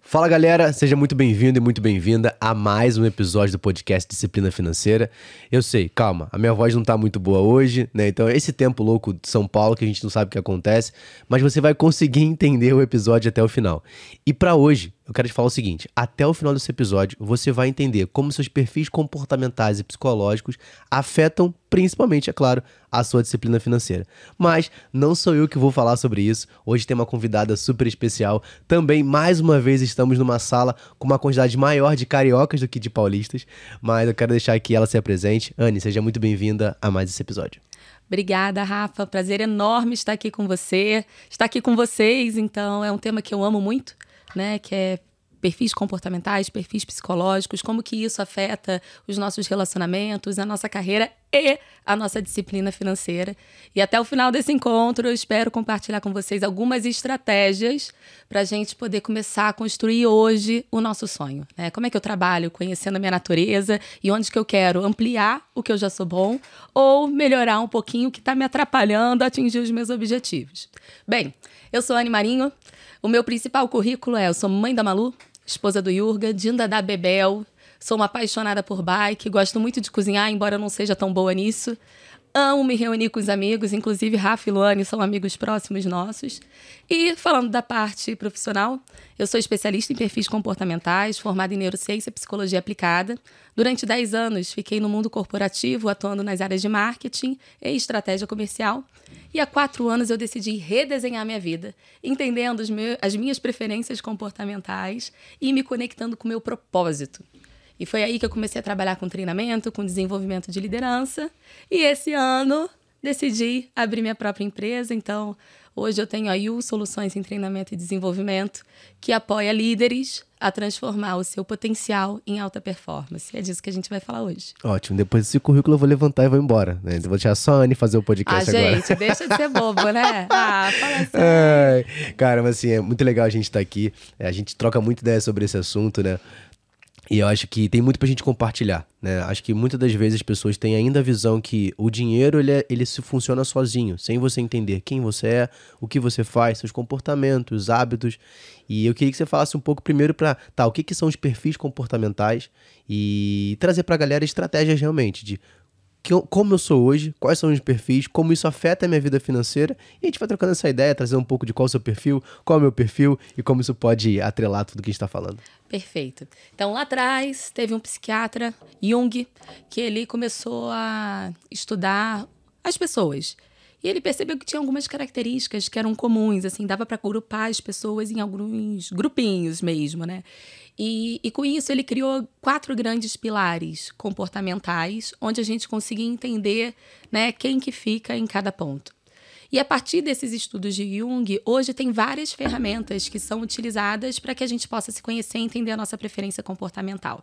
Fala galera, seja muito bem-vindo e muito bem-vinda a mais um episódio do podcast Disciplina Financeira. Eu sei, calma, a minha voz não tá muito boa hoje, né? Então é esse tempo louco de São Paulo que a gente não sabe o que acontece, mas você vai conseguir entender o episódio até o final. E pra hoje, eu quero te falar o seguinte, até o final desse episódio você vai entender como seus perfis comportamentais e psicológicos afetam principalmente, é claro, a sua disciplina financeira. Mas não sou eu que vou falar sobre isso. Hoje tem uma convidada super especial. Também, mais uma vez, estamos numa sala com uma quantidade maior de cariocas do que de paulistas. Mas eu quero deixar aqui ela se apresente. Anne, seja muito bem-vinda a mais esse episódio. Obrigada, Rafa. Prazer enorme estar aqui com você, estar aqui com vocês. Então, é um tema que eu amo muito, né? Que é perfis comportamentais, perfis psicológicos, como que isso afeta os nossos relacionamentos, a nossa carreira e a nossa disciplina financeira. E até o final desse encontro, eu espero compartilhar com vocês algumas estratégias para a gente poder começar a construir hoje o nosso sonho, né? Como é que eu trabalho conhecendo a minha natureza e onde que eu quero ampliar o que eu já sou bom ou melhorar um pouquinho o que está me atrapalhando a atingir os meus objetivos. Bem, eu sou Anne Marinho. O meu principal currículo eu sou mãe da Malu, esposa do Yurga, Dinda da Bebel, sou uma apaixonada por bike, gosto muito de cozinhar, embora eu não seja tão boa nisso. Amo me reunir com os amigos, inclusive Rafa e Luane são amigos próximos nossos. E falando da parte profissional, eu sou especialista em perfis comportamentais, formada em neurociência e psicologia aplicada. Durante 10 anos fiquei no mundo corporativo, atuando nas áreas de marketing e estratégia comercial. E há 4 anos eu decidi redesenhar minha vida, entendendo as minhas preferências comportamentais e me conectando com o meu propósito. E foi aí que eu comecei a trabalhar com treinamento, com desenvolvimento de liderança. E esse ano decidi abrir minha própria empresa. Então, hoje eu tenho a IU Soluções em Treinamento e Desenvolvimento, que apoia líderes a transformar o seu potencial em alta performance. É disso que a gente vai falar hoje. Ótimo, depois desse currículo eu vou levantar e vou embora, né? Eu vou deixar só a Anne fazer o podcast agora. Gente, deixa de ser bobo, né? Fala assim. Cara, mas assim, é muito legal a gente estar aqui. A gente troca muita ideia sobre esse assunto, né? E eu acho que tem muito pra gente compartilhar, né? Acho que muitas das vezes as pessoas têm ainda a visão que o dinheiro, ele se funciona sozinho, sem você entender quem você é, o que você faz, seus comportamentos, hábitos. E eu queria que você falasse um pouco primeiro o que são os perfis comportamentais e trazer pra galera estratégias realmente de como eu sou hoje, quais são os perfis, como isso afeta a minha vida financeira. E a gente vai trocando essa ideia, trazer um pouco de qual é o seu perfil, qual é o meu perfil e como isso pode atrelar tudo que a gente está falando. Perfeito. Então, lá atrás, teve um psiquiatra, Jung, que ele começou a estudar as pessoas. E ele percebeu que tinha algumas características que eram comuns, assim, dava para agrupar as pessoas em alguns grupinhos mesmo, né? E com isso ele criou 4 grandes pilares comportamentais, onde a gente conseguia entender, né, quem que fica em cada ponto. E a partir desses estudos de Jung, hoje tem várias ferramentas que são utilizadas para que a gente possa se conhecer e entender a nossa preferência comportamental.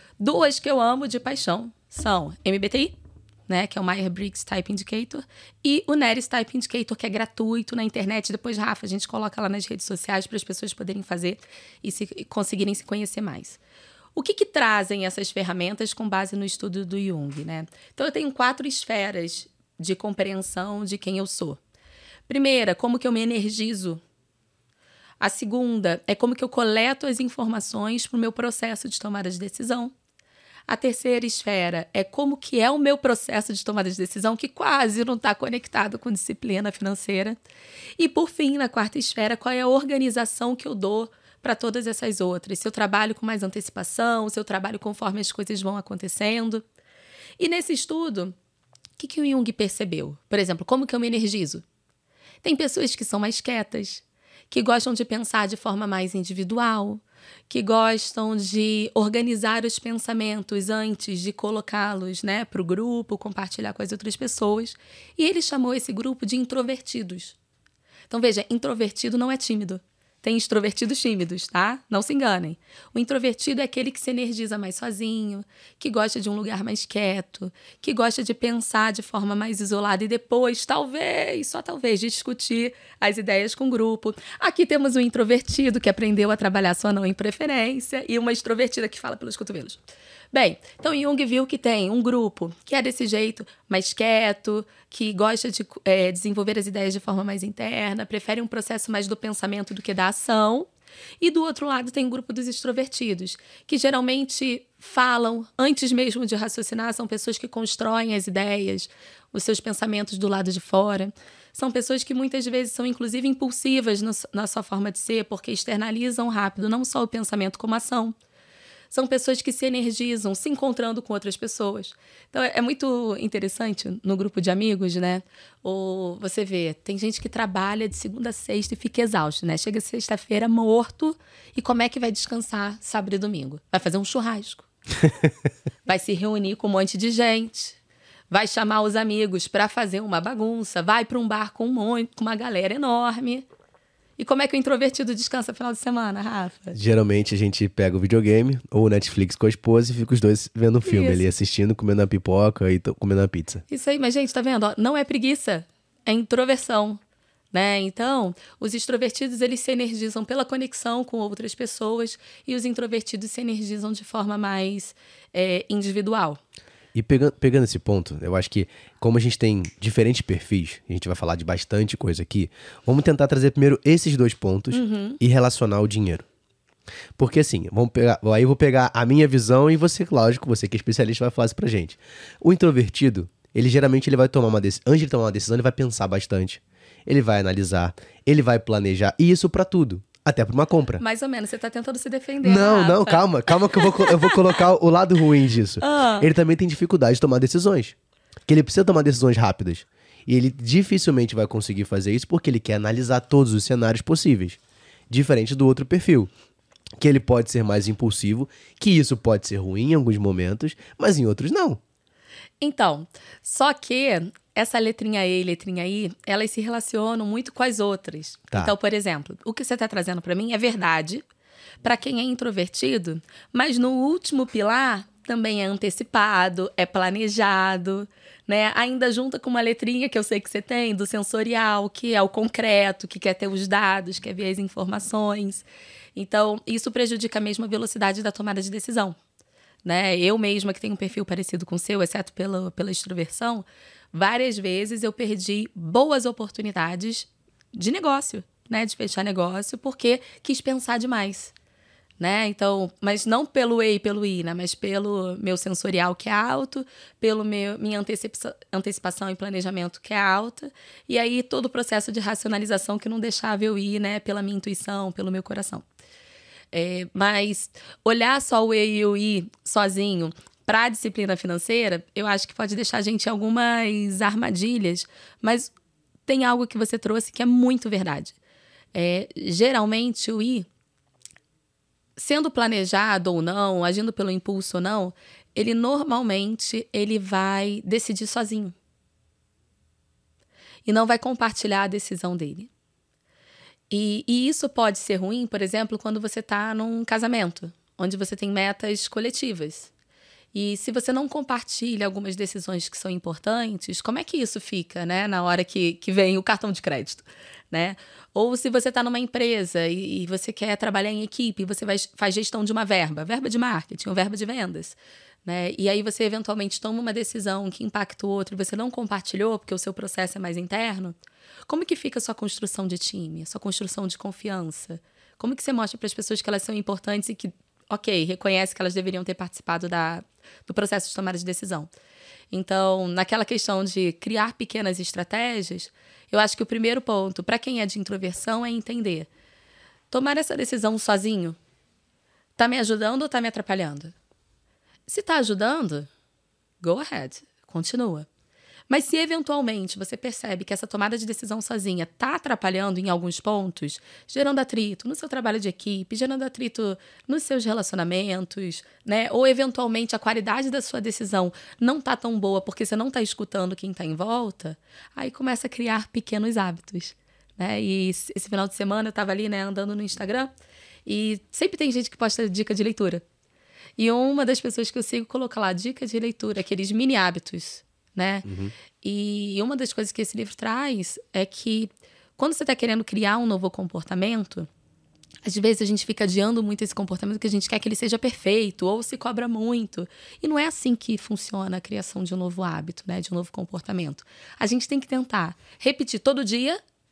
2 que eu amo de paixão são MBTI, né, que é o Myers-Briggs Type Indicator, e o Neris Type Indicator, que é gratuito na internet. Depois, Rafa, a gente coloca lá nas redes sociais para as pessoas poderem fazer e conseguirem se conhecer mais. O que trazem essas ferramentas com base no estudo do Jung, né? Então, eu tenho 4 esferas de compreensão de quem eu sou. Primeira, como que eu me energizo. A segunda é como que eu coleto as informações para o meu processo de tomada de decisão. A terceira esfera é como que é o meu processo de tomada de decisão, que quase não está conectado com disciplina financeira. E, por fim, na 4ª esfera, qual é a organização que eu dou para todas essas outras. Se eu trabalho com mais antecipação, se eu trabalho conforme as coisas vão acontecendo. E nesse estudo, o que o Jung percebeu? Por exemplo, como que eu me energizo? Tem pessoas que são mais quietas, que gostam de pensar de forma mais individual, que gostam de organizar os pensamentos antes de colocá-los, né, para o grupo, compartilhar com as outras pessoas. E ele chamou esse grupo de introvertidos. Então, veja, introvertido não é tímido. Tem extrovertidos tímidos, tá? Não se enganem. O introvertido é aquele que se energiza mais sozinho, que gosta de um lugar mais quieto, que gosta de pensar de forma mais isolada e depois, talvez, só talvez, discutir as ideias com o grupo. Aqui temos um introvertido que aprendeu a trabalhar sua não em preferência e uma extrovertida que fala pelos cotovelos. Bem, então Jung viu que tem um grupo que é desse jeito, mais quieto, que gosta de desenvolver as ideias de forma mais interna, prefere um processo mais do pensamento do que da ação. E do outro lado tem o grupo dos extrovertidos, que geralmente falam antes mesmo de raciocinar, são pessoas que constroem as ideias, os seus pensamentos do lado de fora. São pessoas que muitas vezes são, inclusive, impulsivas na sua forma de ser, porque externalizam rápido não só o pensamento como a ação. São pessoas que se energizam se encontrando com outras pessoas. Então, é muito interessante no grupo de amigos, né? Ou você vê, tem gente que trabalha de segunda a sexta e fica exausto, né? Chega sexta-feira morto e como é que vai descansar sábado e domingo? Vai fazer um churrasco. Vai se reunir com um monte de gente. Vai chamar os amigos para fazer uma bagunça. Vai para um bar com uma galera enorme. E como é que o introvertido descansa no final de semana, Rafa? Geralmente a gente pega o videogame ou o Netflix com a esposa e fica os dois vendo um filme ali, assistindo, comendo uma pipoca e comendo uma pizza. Isso aí, mas gente, tá vendo? Não é preguiça, é introversão, né? Então, os extrovertidos, eles se energizam pela conexão com outras pessoas e os introvertidos se energizam de forma mais individual. E pegando esse ponto, eu acho que como a gente tem diferentes perfis, a gente vai falar de bastante coisa aqui, vamos tentar trazer primeiro esses dois pontos e relacionar o dinheiro. Porque assim, aí eu vou pegar a minha visão e você, lógico, você que é especialista vai falar isso pra gente. O introvertido, ele geralmente vai tomar uma decisão, antes de tomar uma decisão, ele vai pensar bastante, ele vai analisar, ele vai planejar, e isso pra tudo. Até pra uma compra. Mais ou menos, você tá tentando se defender, Não, calma que eu vou colocar o lado ruim disso. Ele também tem dificuldade de tomar decisões. Que ele precisa tomar decisões rápidas. E ele dificilmente vai conseguir fazer isso porque ele quer analisar todos os cenários possíveis. Diferente do outro perfil. Que ele pode ser mais impulsivo, que isso pode ser ruim em alguns momentos, mas em outros não. Então, só que essa letrinha E e letrinha I, elas se relacionam muito com as outras. Tá. Então, por exemplo, o que você está trazendo para mim é verdade para quem é introvertido, mas no último pilar também é antecipado, é planejado, né? Ainda junta com uma letrinha que eu sei que você tem, do sensorial, que é o concreto, que quer ter os dados, quer ver as informações. Então, isso prejudica mesmo a velocidade da tomada de decisão. Né? Eu mesma, que tenho um perfil parecido com o seu, exceto pela extroversão, várias vezes eu perdi boas oportunidades de negócio, né? De fechar negócio, porque quis pensar demais. Né? Então, mas não pelo E e pelo I, né? Mas pelo meu sensorial, que é alto, pelo minha antecipação e planejamento, que é alta, e aí todo o processo de racionalização que não deixava eu ir, né? Pela minha intuição, pelo meu coração. Mas olhar só o E e o I sozinho para a disciplina financeira, eu acho que pode deixar a gente em algumas armadilhas, mas tem algo que você trouxe que é muito verdade. Geralmente o I, sendo planejado ou não, agindo pelo impulso ou não, ele normalmente vai decidir sozinho. E não vai compartilhar a decisão dele. E isso pode ser ruim, por exemplo, quando você está num casamento, onde você tem metas coletivas. E se você não compartilha algumas decisões que são importantes, como é que isso fica, né? Na hora que vem o cartão de crédito, né? Ou se você está numa empresa e você quer trabalhar em equipe, você faz gestão de uma verba de marketing ou verba de vendas, né? E aí você eventualmente toma uma decisão que impacta o outro e você não compartilhou porque o seu processo é mais interno. Como que fica a sua construção de time, a sua construção de confiança? Como que você mostra para as pessoas que elas são importantes e que, reconhece que elas deveriam ter participado do processo de tomada de decisão? Então, naquela questão de criar pequenas estratégias, eu acho que o primeiro ponto, para quem é de introversão, é entender. Tomar essa decisão sozinho, tá me ajudando ou tá me atrapalhando? Se tá ajudando, go ahead, continua. Mas se eventualmente você percebe que essa tomada de decisão sozinha está atrapalhando em alguns pontos, gerando atrito no seu trabalho de equipe, gerando atrito nos seus relacionamentos, né? Ou eventualmente a qualidade da sua decisão não está tão boa porque você não está escutando quem está em volta, aí começa a criar pequenos hábitos, né? E esse final de semana eu estava ali, né, andando no Instagram e sempre tem gente que posta dica de leitura. E uma das pessoas que eu sigo coloca lá dica de leitura, aqueles mini hábitos, né? Uhum. E uma das coisas que esse livro traz é que quando você está querendo criar um novo comportamento, às vezes a gente fica adiando muito esse comportamento porque a gente quer que ele seja perfeito ou se cobra muito. E não é assim que funciona a criação de um novo hábito, né? De um novo comportamento. A gente tem que tentar repetir todo dia,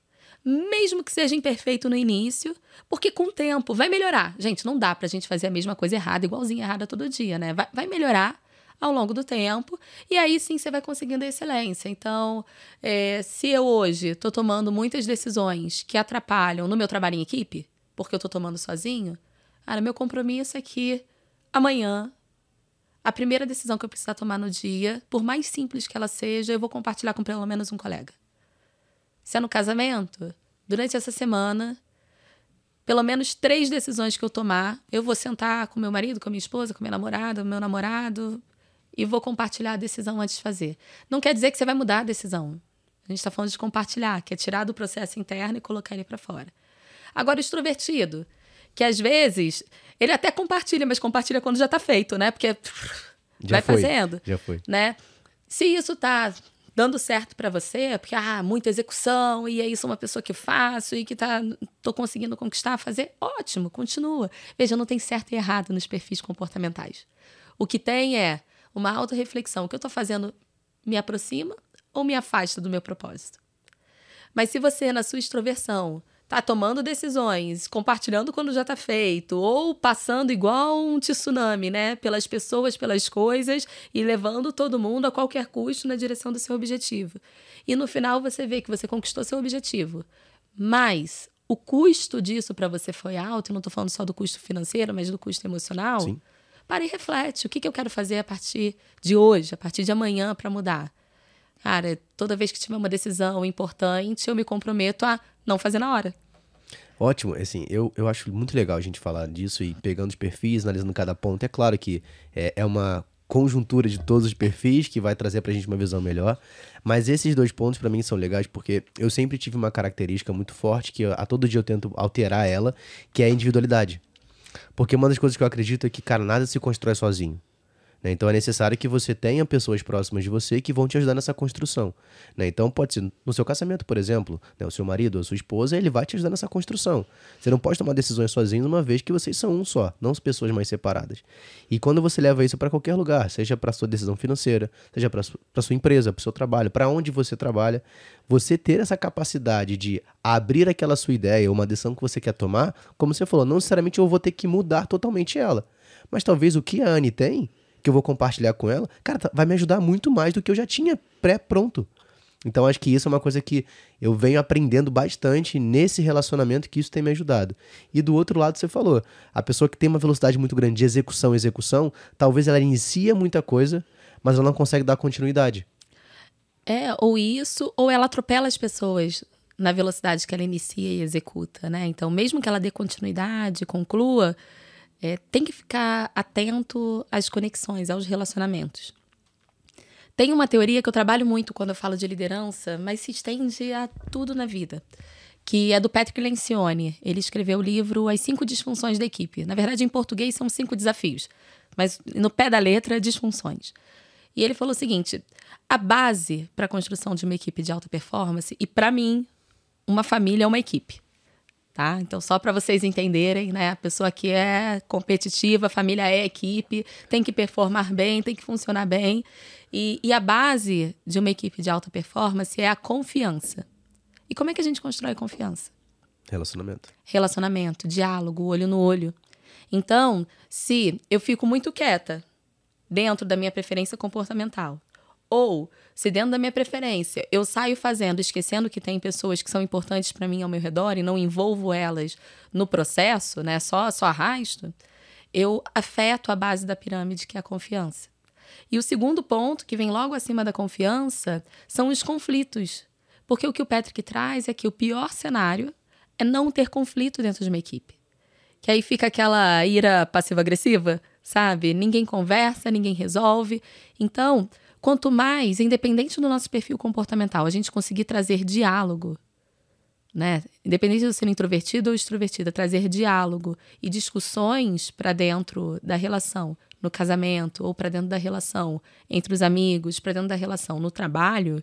mesmo que seja imperfeito no início, porque com o tempo vai melhorar. Gente, não dá pra gente fazer a mesma coisa errada, igualzinha errada todo dia, né? Vai melhorar ao longo do tempo, e aí sim você vai conseguindo a excelência. Então, se eu hoje estou tomando muitas decisões que atrapalham no meu trabalho em equipe, porque eu estou tomando sozinho, cara, meu compromisso é que amanhã, a primeira decisão que eu precisar tomar no dia, por mais simples que ela seja, eu vou compartilhar com pelo menos um colega. Se é no casamento, durante essa semana, pelo menos 3 decisões que eu tomar, eu vou sentar com meu marido, com a minha esposa, com minha namorada, com meu namorado, e vou compartilhar a decisão antes de fazer. Não quer dizer que você vai mudar a decisão. A gente está falando de compartilhar, que é tirar do processo interno e colocar ele para fora. Agora, o extrovertido, que às vezes, ele até compartilha, mas compartilha quando já está feito, né? Porque vai fazendo. Já foi. Né? Se isso está dando certo para você, porque muita execução, e é isso uma pessoa que faço e que tô conseguindo conquistar, fazer, ótimo, continua. Veja, não tem certo e errado nos perfis comportamentais. O que tem é uma autorreflexão. O que eu estou fazendo me aproxima ou me afasta do meu propósito? Mas se você, na sua extroversão, está tomando decisões, compartilhando quando já está feito, ou passando igual um tsunami, né? Pelas pessoas, pelas coisas, e levando todo mundo a qualquer custo na direção do seu objetivo. E no final você vê que você conquistou seu objetivo. Mas o custo disso para você foi alto, eu não estou falando só do custo financeiro, mas do custo emocional. Sim. Para e reflete. O que eu quero fazer a partir de hoje, a partir de amanhã para mudar? Cara, toda vez que tiver uma decisão importante, eu me comprometo a não fazer na hora. Ótimo, assim, eu acho muito legal a gente falar disso e pegando os perfis, analisando cada ponto. É claro que é uma conjuntura de todos os perfis que vai trazer pra gente uma visão melhor, mas esses 2 pontos pra mim são legais porque eu sempre tive uma característica muito forte que a todo dia eu tento alterar ela, que é a individualidade. Porque uma das coisas que eu acredito é que, cara, nada se constrói sozinho. Então é necessário que você tenha pessoas próximas de você que vão te ajudar nessa construção. Então pode ser no seu casamento, por exemplo, o seu marido ou a sua esposa, ele vai te ajudar nessa construção. Você não pode tomar decisões sozinho uma vez que vocês são um só, não as pessoas mais separadas. E quando você leva isso para qualquer lugar, seja para sua decisão financeira, seja para sua empresa, para o seu trabalho, para onde você trabalha, você ter essa capacidade de abrir aquela sua ideia, uma decisão que você quer tomar, como você falou, não necessariamente eu vou ter que mudar totalmente ela. Mas talvez o que a Anne tem, que eu vou compartilhar com ela, cara, vai me ajudar muito mais do que eu já tinha pré-pronto. Então, acho que isso é uma coisa que eu venho aprendendo bastante nesse relacionamento, que isso tem me ajudado. E do outro lado, você falou, a pessoa que tem uma velocidade muito grande de execução, talvez ela inicia muita coisa, mas ela não consegue dar continuidade. Ou isso, ou ela atropela as pessoas na velocidade que ela inicia e executa, né? Então, mesmo que ela dê continuidade, conclua, tem que ficar atento às conexões, aos relacionamentos. Tem uma teoria que eu trabalho muito quando eu falo de liderança, mas se estende a tudo na vida, que é do Patrick Lencioni. Ele escreveu o livro As 5 Disfunções da Equipe. Na verdade, em português, são 5 desafios, mas no pé da letra, disfunções. E ele falou o seguinte, a base para a construção de uma equipe de alta performance, e para mim, uma família é uma equipe. Tá? Então, só para vocês entenderem, né? A pessoa que é competitiva, a família é equipe, tem que performar bem, tem que funcionar bem. E a base de uma equipe de alta performance é a confiança. E como é que a gente constrói confiança? Relacionamento, diálogo, olho no olho. Então, se eu fico muito quieta dentro da minha preferência comportamental, ou se dentro da minha preferência eu saio fazendo, esquecendo que tem pessoas que são importantes para mim ao meu redor e não envolvo elas no processo, né, só arrasto, eu afeto a base da pirâmide, que é a confiança. E o segundo ponto, que vem logo acima da confiança, são os conflitos. Porque o que o Patrick traz é que o pior cenário é não ter conflito dentro de uma equipe. Que aí fica aquela ira passiva-agressiva, sabe? Ninguém conversa, ninguém resolve. Então, quanto mais, independente do nosso perfil comportamental, a gente conseguir trazer diálogo, né? Independente de eu ser introvertido ou extrovertida, trazer diálogo e discussões para dentro da relação, no casamento, ou para dentro da relação entre os amigos, para dentro da relação no trabalho,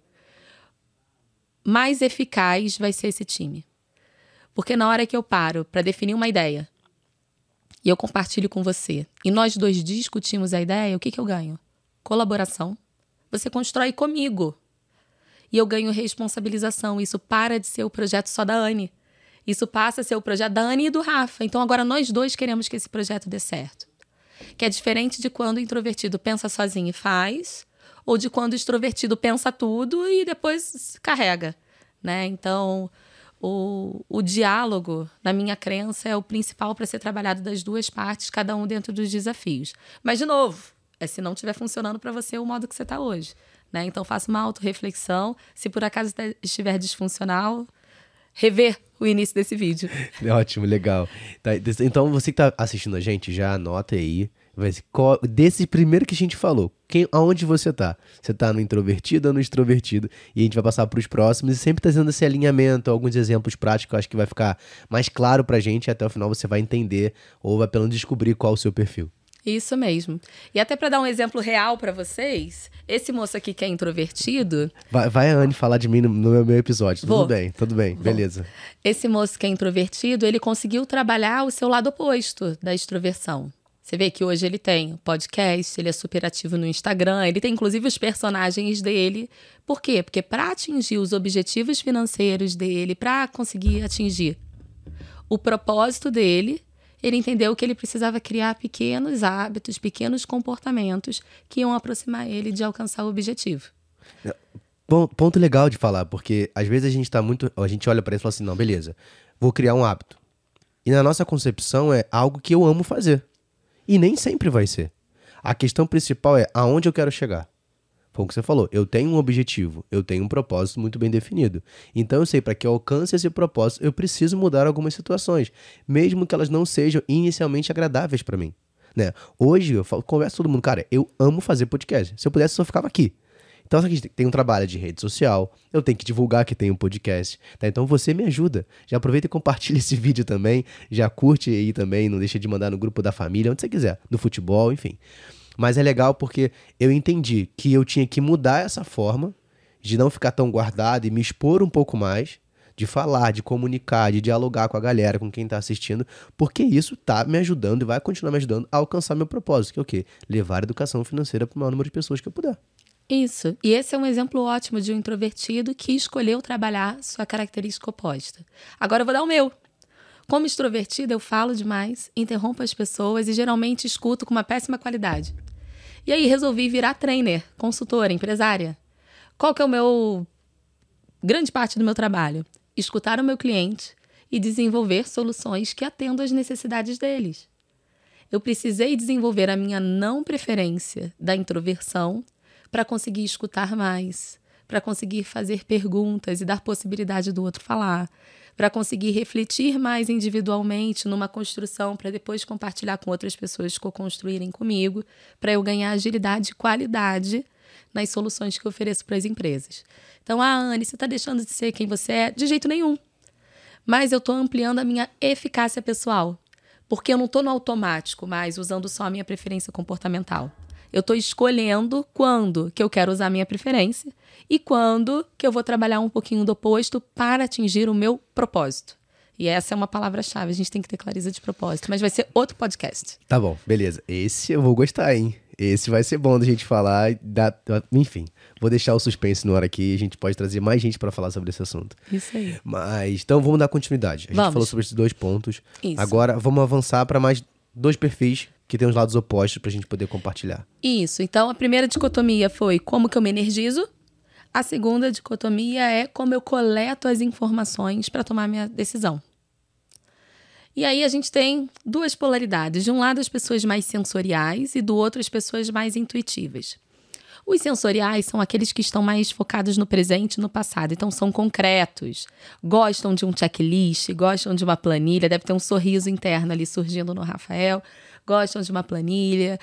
mais eficaz vai ser esse time. Porque na hora que eu paro para definir uma ideia e eu compartilho com você, e nós dois discutimos a ideia, o que eu ganho? Colaboração. Você constrói comigo. e eu ganho responsabilização. Isso para de ser o projeto só da Anne. Isso passa a ser o projeto da Anne e do Rafa. Então agora nós dois queremos que esse projeto dê certo. Que é diferente de quando o introvertido pensa sozinho e faz, ou de quando o extrovertido pensa tudo e depois carrega, né? Então, o diálogo, na minha crença, é o principal para ser trabalhado das duas partes, cada um dentro dos desafios. Mas, de novo, é se não estiver funcionando para você o modo que você está hoje, né? Então, faça uma autorreflexão. Se por acaso estiver disfuncional, rever o início desse vídeo. Ótimo, legal. Tá, então, você que tá assistindo a gente, já anota aí. Desse primeiro que a gente falou, aonde você tá? Você tá no introvertido ou no extrovertido? E a gente vai passar pros próximos e sempre trazendo esse alinhamento, alguns exemplos práticos, eu acho que vai ficar mais claro pra gente e até o final você vai entender ou vai pelo menos descobrir qual é o seu perfil. Isso mesmo. E até para dar um exemplo real para vocês, esse moço aqui que é introvertido... Vai a Anne falar de mim no meu episódio. Vou. Tudo bem, beleza. Esse moço que é introvertido, ele conseguiu trabalhar o seu lado oposto da extroversão. Você vê que hoje ele tem podcast, ele é super ativo no Instagram, ele tem inclusive os personagens dele. Por quê? Porque para atingir os objetivos financeiros dele, para conseguir atingir o propósito dele, ele entendeu que ele precisava criar pequenos hábitos, pequenos comportamentos que iam aproximar ele de alcançar o objetivo. Ponto legal de falar, porque às vezes a gente olha para isso e fala assim, não, beleza, vou criar um hábito. E na nossa concepção é algo que eu amo fazer. E nem sempre vai ser. A questão principal é aonde eu quero chegar. Foi o que você falou. Eu tenho um objetivo, eu tenho um propósito muito bem definido. Então eu sei, para que eu alcance esse propósito, eu preciso mudar algumas situações, mesmo que elas não sejam inicialmente agradáveis para mim. Né? Hoje eu converso com todo mundo, cara, eu amo fazer podcast. Se eu pudesse, eu só ficava aqui. Então, a gente tem um trabalho de rede social, eu tenho que divulgar que tem um podcast, tá? Então você me ajuda. Já aproveita e compartilha esse vídeo também, já curte aí também, não deixa de mandar no grupo da família, onde você quiser, no futebol, enfim. Mas é legal porque eu entendi que eu tinha que mudar essa forma de não ficar tão guardado e me expor um pouco mais, de falar, de comunicar, de dialogar com a galera, com quem tá assistindo, porque isso tá me ajudando e vai continuar me ajudando a alcançar meu propósito, que é o quê? Levar a educação financeira para o maior número de pessoas que eu puder. Isso. E esse é um exemplo ótimo de um introvertido que escolheu trabalhar sua característica oposta. Agora eu vou dar o meu. Como extrovertida, eu falo demais, interrompo as pessoas e geralmente escuto com uma péssima qualidade. E aí resolvi virar trainer, consultora, empresária. Qual que é grande parte do meu trabalho? Escutar o meu cliente e desenvolver soluções que atendam às necessidades deles. Eu precisei desenvolver a minha não preferência da introversão para conseguir escutar mais, para conseguir fazer perguntas e dar possibilidade do outro falar, para conseguir refletir mais individualmente numa construção para depois compartilhar com outras pessoas que co-construírem comigo, para eu ganhar agilidade e qualidade nas soluções que eu ofereço para as empresas. Então, Anne, você está deixando de ser quem você é? De jeito nenhum. Mas eu estou ampliando a minha eficácia pessoal, porque eu não estou no automático mais usando só a minha preferência comportamental. Eu estou escolhendo quando que eu quero usar a minha preferência e quando que eu vou trabalhar um pouquinho do oposto para atingir o meu propósito. E essa é uma palavra-chave, a gente tem que ter clareza de propósito, mas vai ser outro podcast. Tá bom, beleza. Esse eu vou gostar, hein? Esse vai ser bom da gente falar. Enfim, vou deixar o suspense no ar aqui. A gente pode trazer mais gente para falar sobre esse assunto. Isso aí. Mas, então vamos dar continuidade. A gente falou sobre esses 2 pontos. Isso. Agora vamos avançar para mais 2 perfis que tem os lados opostos pra gente poder compartilhar. Isso. Então, a primeira dicotomia foi como que eu me energizo. A segunda dicotomia é como eu coleto as informações para tomar minha decisão. E aí a gente tem 2 polaridades. De um lado, as pessoas mais sensoriais e do outro, as pessoas mais intuitivas. Os sensoriais são aqueles que estão mais focados no presente e no passado. Então, são concretos. Gostam de um checklist, gostam de uma planilha. Deve ter um sorriso interno ali surgindo no Rafael. Gostam de uma planilha.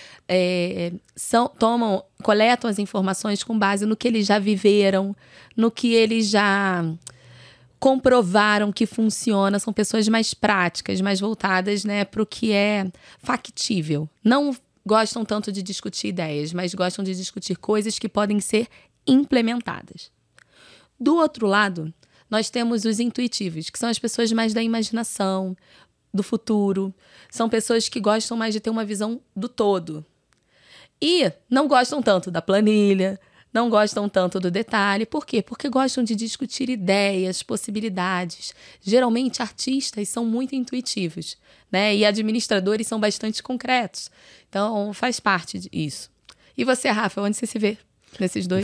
Coletam as informações com base no que eles já viveram, no que eles já comprovaram que funciona. São pessoas mais práticas, mais voltadas, né, para o que é factível. Não gostam tanto de discutir ideias, mas gostam de discutir coisas que podem ser implementadas. Do outro lado, nós temos os intuitivos, que são as pessoas mais da imaginação, do futuro. São pessoas que gostam mais de ter uma visão do todo. E não gostam tanto da planilha, não gostam tanto do detalhe. Por quê? Porque gostam de discutir ideias, possibilidades. Geralmente, artistas são muito intuitivos, né? E administradores são bastante concretos. Então, faz parte disso. E você, Rafa, onde você se vê nesses dois?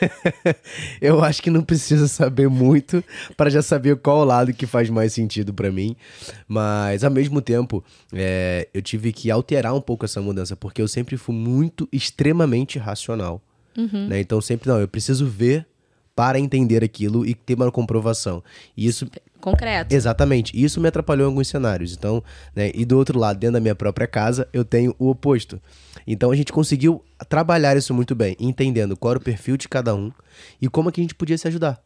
Eu acho que não precisa saber muito para já saber qual lado que faz mais sentido para mim. Mas, ao mesmo tempo, eu tive que alterar um pouco essa mudança, porque eu sempre fui extremamente racional. Né? Então, sempre, eu preciso ver para entender aquilo e ter uma comprovação. E isso... Concreto. Exatamente. Isso me atrapalhou em alguns cenários. Então, né? E do outro lado, dentro da minha própria casa, eu tenho o oposto. Então, a gente conseguiu trabalhar isso muito bem, entendendo qual era o perfil de cada um e como é que a gente podia se ajudar.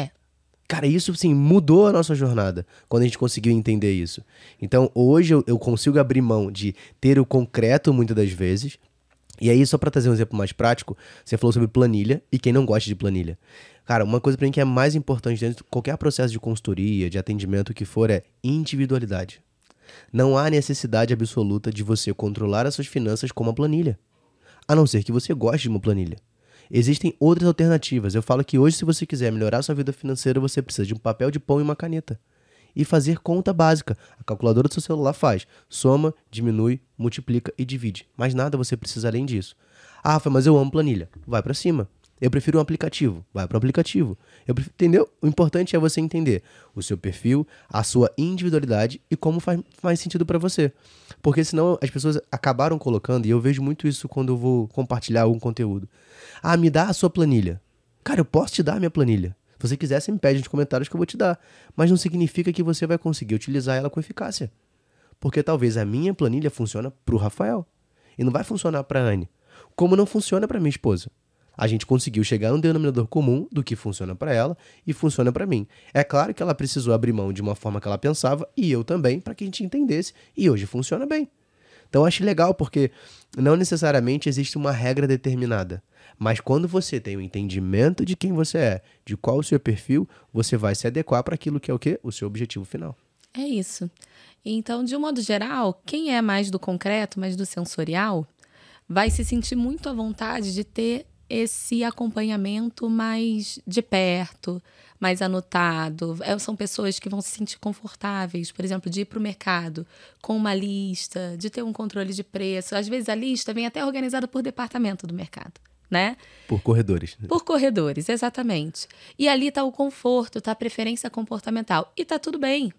Cara, isso, sim, mudou a nossa jornada, quando a gente conseguiu entender isso. Então, hoje, eu consigo abrir mão de ter o concreto, muitas das vezes. E aí, só para trazer um exemplo mais prático, você falou sobre planilha e quem não gosta de planilha. Cara, uma coisa para mim que é mais importante dentro de qualquer processo de consultoria, de atendimento, o que for, é individualidade. Não há necessidade absoluta de você controlar as suas finanças com uma planilha, a não ser que você goste de uma planilha. Existem outras alternativas. Eu falo que hoje, se você quiser melhorar a sua vida financeira, você precisa de um papel de pão e uma caneta. E fazer conta básica. A calculadora do seu celular faz. Soma, diminui, multiplica e divide. Mais nada você precisa além disso. Ah, Rafa, mas eu amo planilha. Vai pra cima. Eu prefiro um aplicativo. Vai pro aplicativo. Entendeu? O importante é você entender o seu perfil, a sua individualidade e como faz sentido pra você. Porque senão as pessoas acabaram colocando, e eu vejo muito isso quando eu vou compartilhar algum conteúdo. Ah, me dá a sua planilha. Cara, eu posso te dar a minha planilha. Se você quiser, você me pede nos comentários que eu vou te dar. Mas não significa que você vai conseguir utilizar ela com eficácia. Porque talvez a minha planilha funcione pro Rafael. E não vai funcionar pra Anne. Como não funciona pra minha esposa. A gente conseguiu chegar num denominador comum do que funciona pra ela e funciona pra mim. É claro que ela precisou abrir mão de uma forma que ela pensava, e eu também, pra que a gente entendesse. E hoje funciona bem. Então eu acho legal, porque não necessariamente existe uma regra determinada. Mas quando você tem o entendimento de quem você é, de qual o seu perfil, você vai se adequar para aquilo que é o quê? O seu objetivo final. É isso. Então, de um modo geral, quem é mais do concreto, mais do sensorial, vai se sentir muito à vontade de ter esse acompanhamento mais de perto, mais anotado. São pessoas que vão se sentir confortáveis, por exemplo, de ir para o mercado com uma lista, de ter um controle de preço. Às vezes a lista vem até organizada por departamento do mercado, né? Por corredores. Por corredores, exatamente. E ali está o conforto, está a preferência comportamental. E está tudo bem.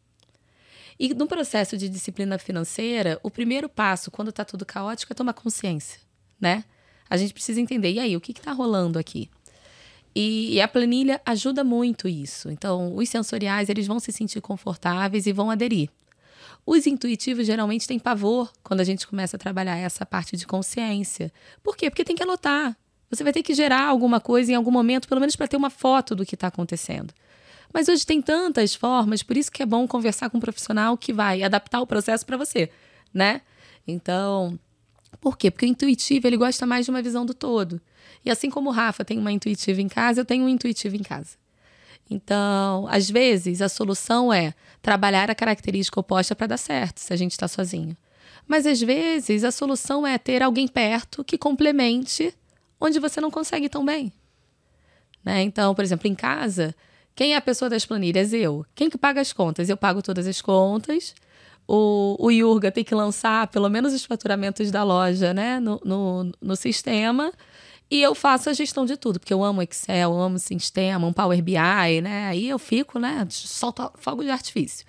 E no processo de disciplina financeira, o primeiro passo, quando está tudo caótico, é tomar consciência, né? A gente precisa entender, e aí, o que está rolando aqui? E a planilha ajuda muito isso. Então, os sensoriais, eles vão se sentir confortáveis e vão aderir. Os intuitivos geralmente têm pavor quando a gente começa a trabalhar essa parte de consciência. Por quê? Porque tem que anotar. Você vai ter que gerar alguma coisa em algum momento, pelo menos para ter uma foto do que está acontecendo. Mas hoje tem tantas formas, por isso que é bom conversar com um profissional que vai adaptar o processo para você, né? Então, por quê? Porque o intuitivo, ele gosta mais de uma visão do todo. E assim como o Rafa tem uma intuitiva em casa, eu tenho um intuitivo em casa. Então, às vezes, a solução é trabalhar a característica oposta para dar certo, se a gente está sozinho. Mas, às vezes, a solução é ter alguém perto que complemente onde você não consegue tão bem. Né? Então, por exemplo, em casa, quem é a pessoa das planilhas? Eu. Quem que paga as contas? Eu pago todas as contas. O Yurga tem que lançar pelo menos os faturamentos da loja, né? no sistema. E eu faço a gestão de tudo, porque eu amo Excel, eu amo sistema, um Power BI, né? Aí eu fico, né? Solto fogo de artifício.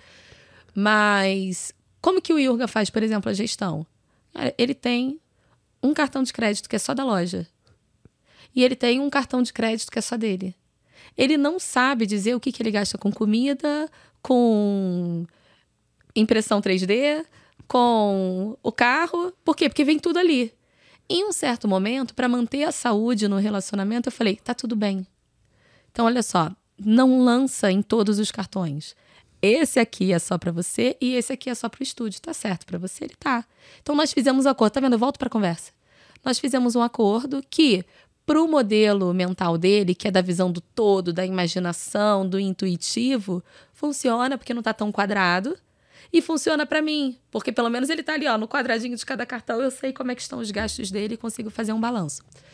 Mas como que o Yurga faz, por exemplo, a gestão? Ele tem um cartão de crédito que é só da loja. E ele tem um cartão de crédito que é só dele. Ele não sabe dizer o que ele gasta com comida, com impressão 3D, com o carro. Por quê? Porque vem tudo ali. Em um certo momento, para manter a saúde no relacionamento, eu falei, tá tudo bem. Então, olha só, não lança em todos os cartões. Esse aqui é só para você e esse aqui é só para o estúdio. Tá certo para você? Ele tá. Então, nós fizemos um acordo. Tá vendo? Eu volto para a conversa. Nós fizemos um acordo que, para o modelo mental dele, que é da visão do todo, da imaginação, do intuitivo, funciona porque não tá tão quadrado. E funciona para mim, porque pelo menos ele tá ali, ó, no quadradinho de cada cartão, eu sei como é que estão os gastos dele e consigo fazer um balanço.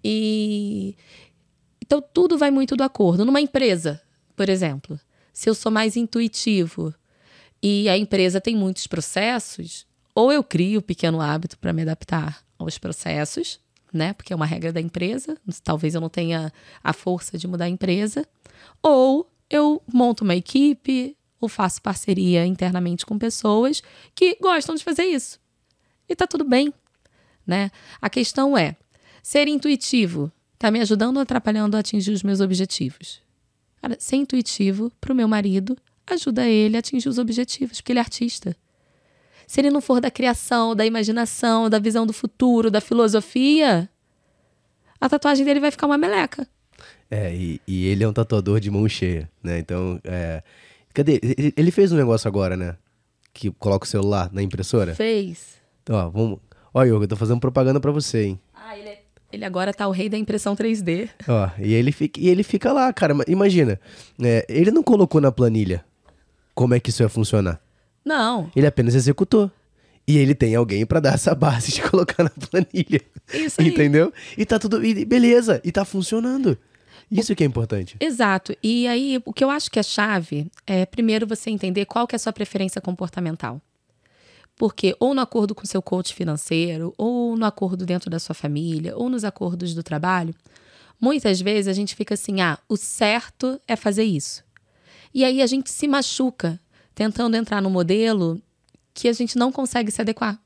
Então, tudo vai muito do acordo. Numa empresa, por exemplo, se eu sou mais intuitivo e a empresa tem muitos processos, ou eu crio um pequeno hábito para me adaptar aos processos, né? Porque é uma regra da empresa, talvez eu não tenha a força de mudar a empresa, ou eu monto uma equipe ou faço parceria internamente com pessoas que gostam de fazer isso. E tá tudo bem, né? A questão é, ser intuitivo tá me ajudando ou atrapalhando a atingir os meus objetivos? Cara, ser intuitivo pro meu marido ajuda ele a atingir os objetivos, porque ele é artista. Se ele não for da criação, da imaginação, da visão do futuro, da filosofia, a tatuagem dele vai ficar uma meleca. E ele é um tatuador de mão cheia, né? Então, cadê? Ele fez um negócio agora, né? Que coloca o celular na impressora. Fez. Então, ó, vamos... Ó, Yoga, eu tô fazendo propaganda pra você, hein? Ele agora tá o rei da impressão 3D. Ó, e ele fica lá, cara. Imagina, ele não colocou na planilha como é que isso ia funcionar. Não. Ele apenas executou. E ele tem alguém pra dar essa base de colocar na planilha. Isso aí. Entendeu? E tá tudo... E beleza, e tá funcionando. Isso que é importante. Exato. E aí, o que eu acho que é chave é, primeiro, você entender qual que é a sua preferência comportamental. Porque ou no acordo com o seu coach financeiro, ou no acordo dentro da sua família, ou nos acordos do trabalho, muitas vezes a gente fica assim, o certo é fazer isso. E aí a gente se machuca tentando entrar no modelo que a gente não consegue se adequar.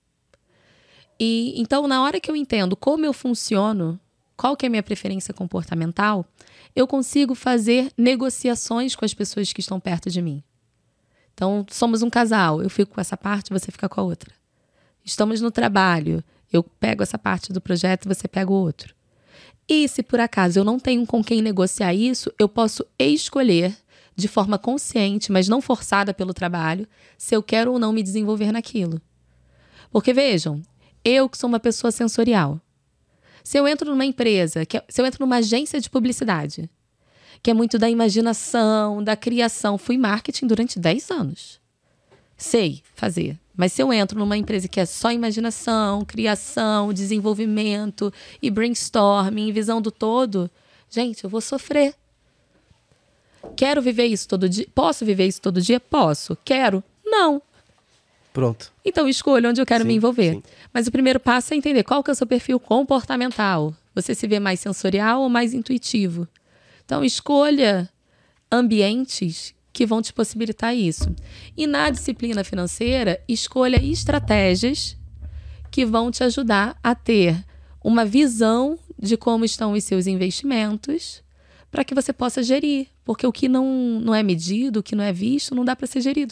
E então, na hora que eu entendo como eu funciono, qual que é a minha preferência comportamental, eu consigo fazer negociações com as pessoas que estão perto de mim. Então, somos um casal, eu fico com essa parte, você fica com a outra. Estamos no trabalho, eu pego essa parte do projeto e você pega o outro. E se por acaso eu não tenho com quem negociar isso, eu posso escolher de forma consciente, mas não forçada pelo trabalho, se eu quero ou não me desenvolver naquilo. Porque vejam, eu que sou uma pessoa sensorial, se eu entro numa empresa, se eu entro numa agência de publicidade, que é muito da imaginação, da criação. Fui marketing durante 10 anos. Sei fazer. Mas se eu entro numa empresa que é só imaginação, criação, desenvolvimento e brainstorming, visão do todo, gente, eu vou sofrer. Quero viver isso todo dia? Posso viver isso todo dia? Posso. Quero? Não. Pronto. Então, escolho onde eu quero me envolver. Sim. Mas o primeiro passo é entender qual que é o seu perfil comportamental. Você se vê mais sensorial ou mais intuitivo? Então, escolha ambientes que vão te possibilitar isso. E na disciplina financeira, escolha estratégias que vão te ajudar a ter uma visão de como estão os seus investimentos para que você possa gerir. Porque o que não é medido, o que não é visto, não dá para ser gerido.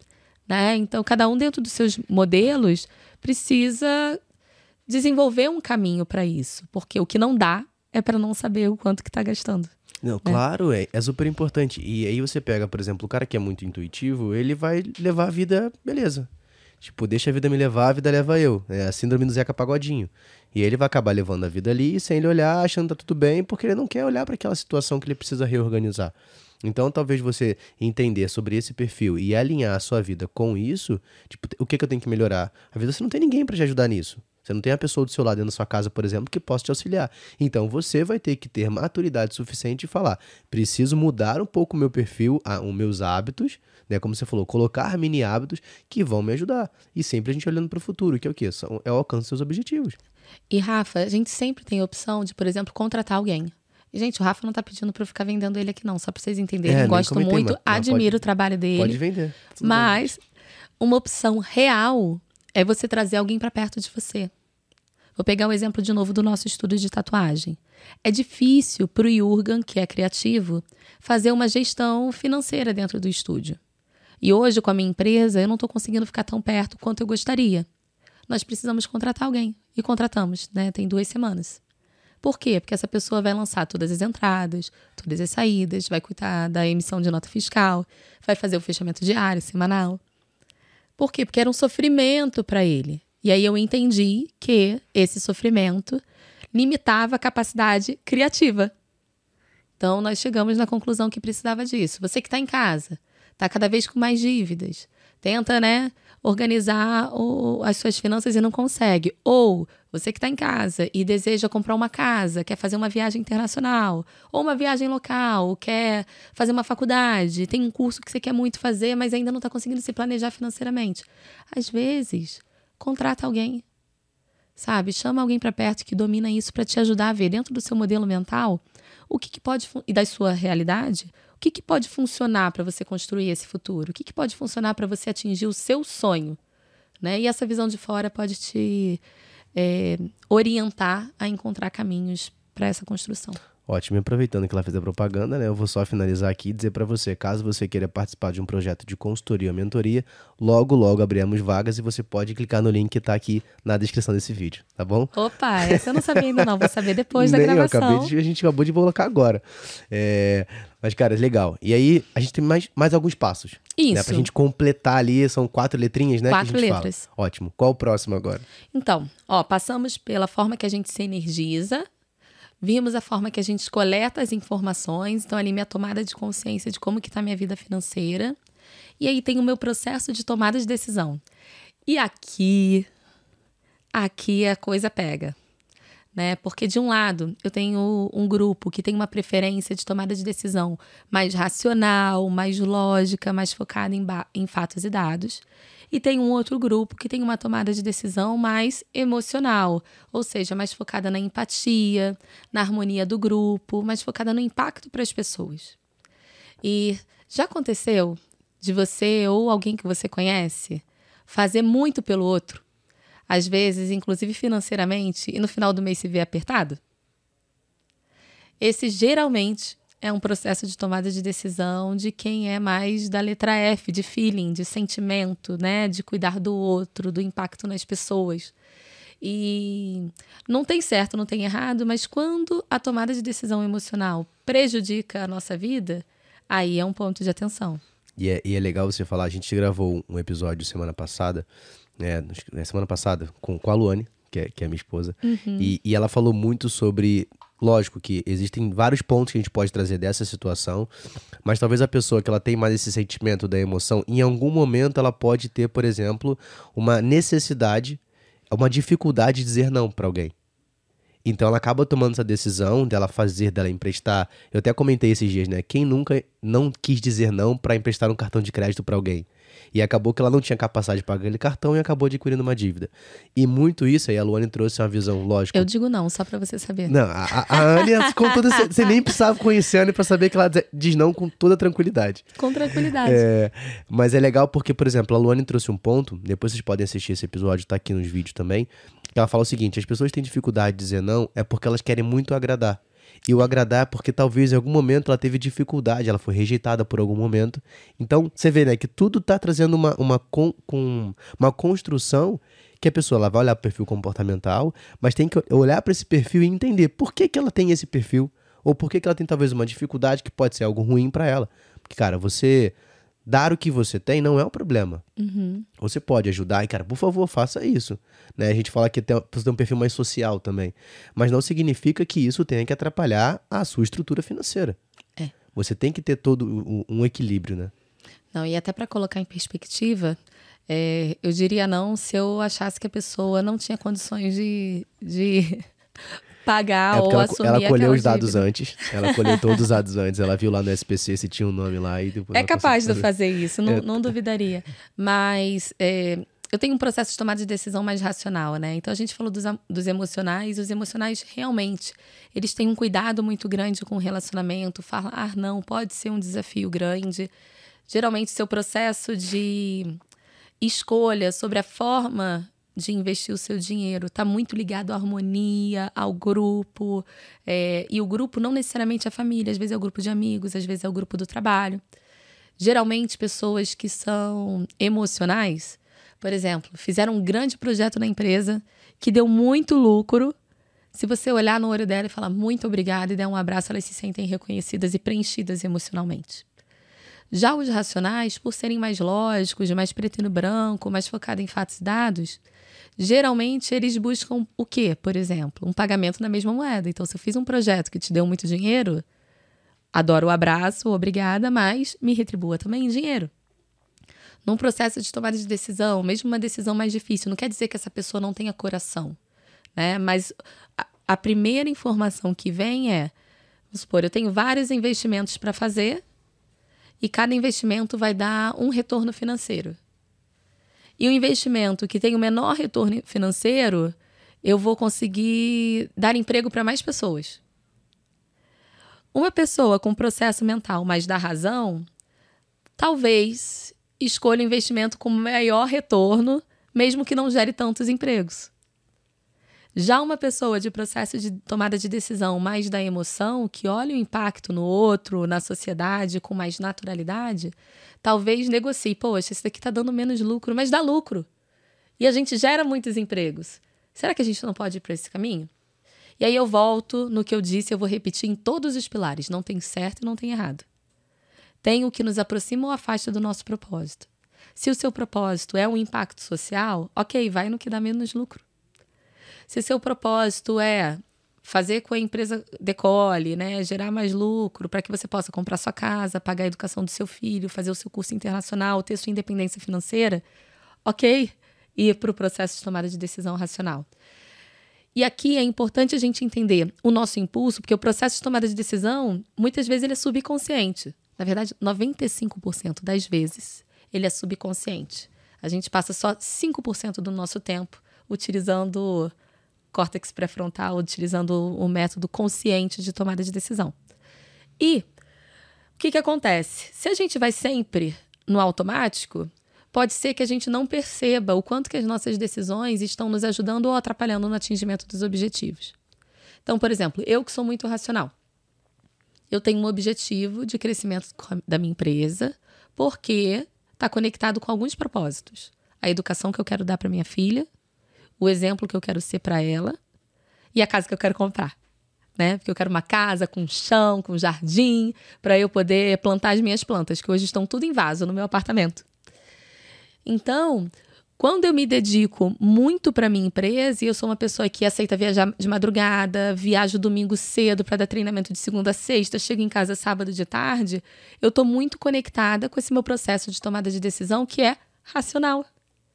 Né? Então, cada um dentro dos seus modelos precisa desenvolver um caminho para isso. Porque o que não dá é para não saber o quanto que está gastando. Não, claro, é super importante. E aí você pega, por exemplo, o cara que é muito intuitivo, ele vai levar a vida, beleza. Tipo, deixa a vida me levar, a vida leva eu. É a síndrome do Zeca Pagodinho. E ele vai acabar levando a vida ali, sem ele olhar, achando que tá tudo bem, porque ele não quer olhar para aquela situação que ele precisa reorganizar. Então, talvez você entender sobre esse perfil e alinhar a sua vida com isso, tipo, o que eu tenho que melhorar? Às vezes você não tem ninguém para te ajudar nisso. Você não tem a pessoa do seu lado dentro da sua casa, por exemplo, que possa te auxiliar. Então, você vai ter que ter maturidade suficiente e falar, preciso mudar um pouco o meu perfil, os meus hábitos, né? Como você falou, colocar mini hábitos que vão me ajudar. E sempre a gente olhando para o futuro, que é o quê? É o alcance dos seus objetivos. E, Rafa, a gente sempre tem a opção de, por exemplo, contratar alguém. E, gente, o Rafa não tá pedindo pra eu ficar vendendo ele aqui, não. Só pra vocês entenderem. Gosto muito, admiro o trabalho dele. Pode vender. Mas uma opção real é você trazer alguém pra perto de você. Vou pegar um exemplo de novo do nosso estúdio de tatuagem. É difícil pro Jurgen, que é criativo, fazer uma gestão financeira dentro do estúdio. E hoje, com a minha empresa, eu não tô conseguindo ficar tão perto quanto eu gostaria. Nós precisamos contratar alguém. E contratamos, né? Tem 2 semanas. Por quê? Porque essa pessoa vai lançar todas as entradas, todas as saídas, vai cuidar da emissão de nota fiscal, vai fazer o fechamento diário, semanal. Por quê? Porque era um sofrimento para ele. E aí eu entendi que esse sofrimento limitava a capacidade criativa. Então, nós chegamos na conclusão que precisava disso. Você que está em casa, está cada vez com mais dívidas. Tenta, né, organizar as suas finanças e não consegue. Ou você que está em casa e deseja comprar uma casa, quer fazer uma viagem internacional, ou uma viagem local, quer fazer uma faculdade, tem um curso que você quer muito fazer, mas ainda não está conseguindo se planejar financeiramente. Às vezes, contrata alguém, sabe? Chama alguém para perto que domina isso para te ajudar a ver dentro do seu modelo mental o que pode, e da sua realidade, o que pode funcionar para você construir esse futuro, o que pode funcionar para você atingir o seu sonho, né? E essa visão de fora pode te orientar a encontrar caminhos para essa construção. Ótimo, e aproveitando que ela fez a propaganda, né, eu vou só finalizar aqui e dizer para você, caso você queira participar de um projeto de consultoria ou mentoria, logo abriremos vagas e você pode clicar no link que está aqui na descrição desse vídeo, tá bom? Opa, essa eu não sabia ainda não, vou saber depois da gravação. A gente acabou de colocar agora. Mas, cara, legal. E aí, a gente tem mais alguns passos. Isso. Né, pra gente completar ali, são 4 letrinhas, né? 4 que a gente letras. Fala. Ótimo. Qual o próximo agora? Então, passamos pela forma que a gente se energiza, vimos a forma que a gente coleta as informações, então ali minha tomada de consciência de como que está minha vida financeira. E aí tem o meu processo de tomada de decisão. E aqui a coisa pega, né? Porque de um lado eu tenho um grupo que tem uma preferência de tomada de decisão mais racional, mais lógica, mais focada em fatos e dados. E tem um outro grupo que tem uma tomada de decisão mais emocional, ou seja, mais focada na empatia, na harmonia do grupo, mais focada no impacto para as pessoas. E já aconteceu de você ou alguém que você conhece fazer muito pelo outro, às vezes, inclusive financeiramente, e no final do mês se vê apertado? Esse geralmente é um processo de tomada de decisão de quem é mais da letra F, de feeling, de sentimento, né? De cuidar do outro, do impacto nas pessoas. E não tem certo, não tem errado, mas quando a tomada de decisão emocional prejudica a nossa vida, aí é um ponto de atenção. E é legal você falar, a gente gravou um episódio semana passada, com a Luane, que é minha esposa, e ela falou muito sobre... Lógico que existem vários pontos que a gente pode trazer dessa situação, mas talvez a pessoa que ela tem mais esse sentimento da emoção, em algum momento ela pode ter, por exemplo, uma necessidade, uma dificuldade de dizer não para alguém. Então ela acaba tomando essa decisão dela emprestar. Eu até comentei esses dias, né? Quem nunca não quis dizer não para emprestar um cartão de crédito para alguém? E acabou que ela não tinha capacidade de pagar aquele cartão e acabou adquirindo uma dívida. E muito isso aí, a Luane trouxe uma visão lógica. Eu digo não, só pra você saber. Não, a Anne, com toda, você nem precisava conhecer a Anne pra saber que ela diz não com toda tranquilidade. Com tranquilidade. Mas é legal porque, por exemplo, a Luane trouxe um ponto, depois vocês podem assistir esse episódio, tá aqui nos vídeos também, que ela fala o seguinte, as pessoas têm dificuldade de dizer não é porque elas querem muito agradar. E o agradar é porque talvez em algum momento ela teve dificuldade, ela foi rejeitada por algum momento. Então, você vê, né, que tudo tá trazendo uma construção que a pessoa ela vai olhar para o perfil comportamental, mas tem que olhar para esse perfil e entender por que ela tem esse perfil, ou por que ela tem talvez uma dificuldade que pode ser algo ruim para ela. Porque, cara, você dar o que você tem não é um problema. Você pode ajudar e, cara, por favor, faça isso. Né? A gente fala que você tem um perfil mais social também. Mas não significa que isso tenha que atrapalhar a sua estrutura financeira. Você tem que ter todo um equilíbrio, né? Não, e até para colocar em perspectiva, eu diria não se eu achasse que a pessoa não tinha condições de pagar ou assumir ela colheu os dívida. dados antes, ela colheu todos os dados antes, ela viu lá no SPC se tinha um nome lá e depois... É capaz de fazer isso, não duvidaria. Mas eu tenho um processo de tomada de decisão mais racional, né? Então a gente falou dos emocionais, os emocionais realmente, eles têm um cuidado muito grande com o relacionamento, falar não pode ser um desafio grande. Geralmente seu processo de escolha sobre a forma de investir o seu dinheiro está muito ligado à harmonia, ao grupo, e o grupo não necessariamente é a família, às vezes é o grupo de amigos, às vezes é o grupo do trabalho. Geralmente pessoas que são emocionais, por exemplo, fizeram um grande projeto na empresa que deu muito lucro. Se você olhar no olho dela e falar muito obrigada e der um abraço, elas se sentem reconhecidas e preenchidas emocionalmente. Já os racionais, por serem mais lógicos, mais preto e no branco, mais focados em fatos e dados, geralmente eles buscam o quê, por exemplo? Um pagamento na mesma moeda. Então, se eu fiz um projeto que te deu muito dinheiro, adoro o abraço, obrigada, mas me retribua também em dinheiro. Num processo de tomada de decisão, mesmo uma decisão mais difícil, não quer dizer que essa pessoa não tenha coração, né? Mas a primeira informação que vem é, vamos supor, eu tenho vários investimentos para fazer e cada investimento vai dar um retorno financeiro. E o investimento que tem o menor retorno financeiro, eu vou conseguir dar emprego para mais pessoas. Uma pessoa com processo mental mais da razão, talvez escolha o investimento com maior retorno, mesmo que não gere tantos empregos. Já uma pessoa de processo de tomada de decisão mais da emoção, que olha o impacto no outro, na sociedade, com mais naturalidade, talvez negocie. Poxa, isso daqui está dando menos lucro, mas dá lucro. E a gente gera muitos empregos. Será que a gente não pode ir para esse caminho? E aí eu volto no que eu disse, eu vou repetir em todos os pilares. Não tem certo e não tem errado. Tem o que nos aproxima ou afasta do nosso propósito. Se o seu propósito é um impacto social, ok, vai no que dá menos lucro. Se seu propósito é fazer com que a empresa decole, né, gerar mais lucro para que você possa comprar sua casa, pagar a educação do seu filho, fazer o seu curso internacional, ter sua independência financeira, ok, ir para o processo de tomada de decisão racional. E aqui é importante a gente entender o nosso impulso, porque o processo de tomada de decisão, muitas vezes ele é subconsciente. Na verdade, 95% das vezes ele é subconsciente. A gente passa só 5% do nosso tempo utilizando córtex pré-frontal, utilizando o método consciente de tomada de decisão. E o que acontece? Se a gente vai sempre no automático, pode ser que a gente não perceba o quanto que as nossas decisões estão nos ajudando ou atrapalhando no atingimento dos objetivos. Então, por exemplo, eu que sou muito racional, eu tenho um objetivo de crescimento da minha empresa porque está conectado com alguns propósitos. A educação que eu quero dar para minha filha, o exemplo que eu quero ser para ela e a casa que eu quero comprar, né? Porque eu quero uma casa com chão, com jardim, para eu poder plantar as minhas plantas, que hoje estão tudo em vaso no meu apartamento. Então, quando eu me dedico muito para minha empresa, e eu sou uma pessoa que aceita viajar de madrugada, viajo domingo cedo para dar treinamento de segunda a sexta, chego em casa sábado de tarde, eu estou muito conectada com esse meu processo de tomada de decisão que é racional.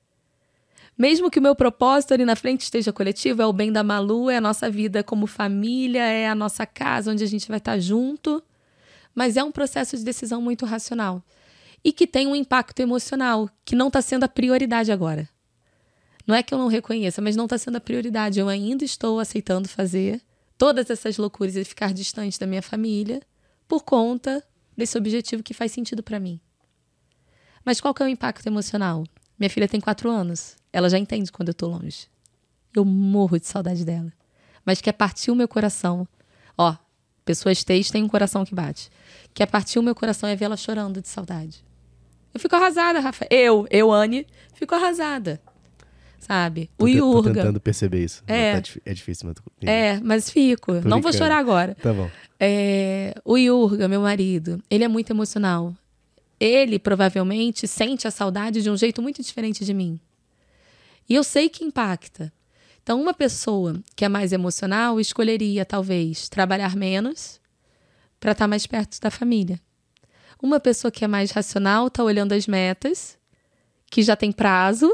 Mesmo que o meu propósito ali na frente esteja coletivo, é o bem da Malu, é a nossa vida como família, é a nossa casa onde a gente vai estar junto, mas é um processo de decisão muito racional. E que tem um impacto emocional, que não está sendo a prioridade agora. Não é que eu não reconheça, mas não está sendo a prioridade. Eu ainda estou aceitando fazer todas essas loucuras e ficar distante da minha família por conta desse objetivo que faz sentido para mim. Mas qual que é o impacto emocional? Minha filha tem 4 anos. Ela já entende quando eu estou longe. Eu morro de saudade dela. Mas quer partir o meu coração. Ó, pessoas têm um coração que bate. Quer partir o meu coração é ver ela chorando de saudade. Eu fico arrasada, Rafa. Eu, Anne, fico arrasada. Sabe? O Yurga. Tô tentando perceber isso. É difícil, mas... mas fico. Não vou chorar agora. Tá bom. O Yurga, meu marido, ele é muito emocional. Ele, provavelmente, sente a saudade de um jeito muito diferente de mim. E eu sei que impacta. Então, uma pessoa que é mais emocional escolheria, talvez, trabalhar menos para estar mais perto da família. Uma pessoa que é mais racional está olhando as metas, que já tem prazo,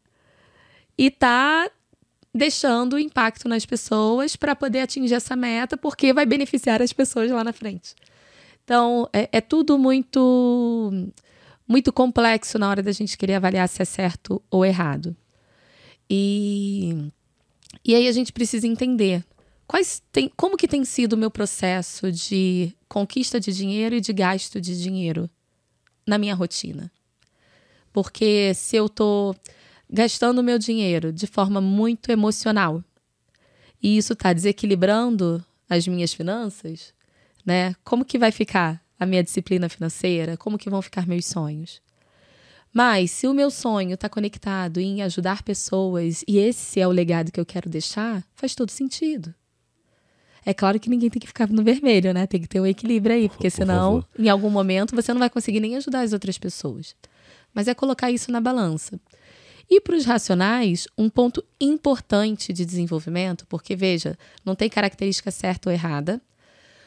e está deixando o impacto nas pessoas para poder atingir essa meta, porque vai beneficiar as pessoas lá na frente. Então, é tudo muito, muito complexo na hora da gente querer avaliar se é certo ou errado. E aí a gente precisa entender como que tem sido o meu processo de conquista de dinheiro e de gasto de dinheiro na minha rotina. Porque se eu estou gastando o meu dinheiro de forma muito emocional e isso está desequilibrando as minhas finanças, né? Como que vai ficar a minha disciplina financeira? Como que vão ficar meus sonhos? Mas se o meu sonho está conectado em ajudar pessoas e esse é o legado que eu quero deixar, faz todo sentido. É claro que ninguém tem que ficar no vermelho, né? Tem que ter um equilíbrio aí, porque senão, em algum momento, você não vai conseguir nem ajudar as outras pessoas. Mas é colocar isso na balança. E para os racionais, um ponto importante de desenvolvimento, porque, veja, não tem característica certa ou errada,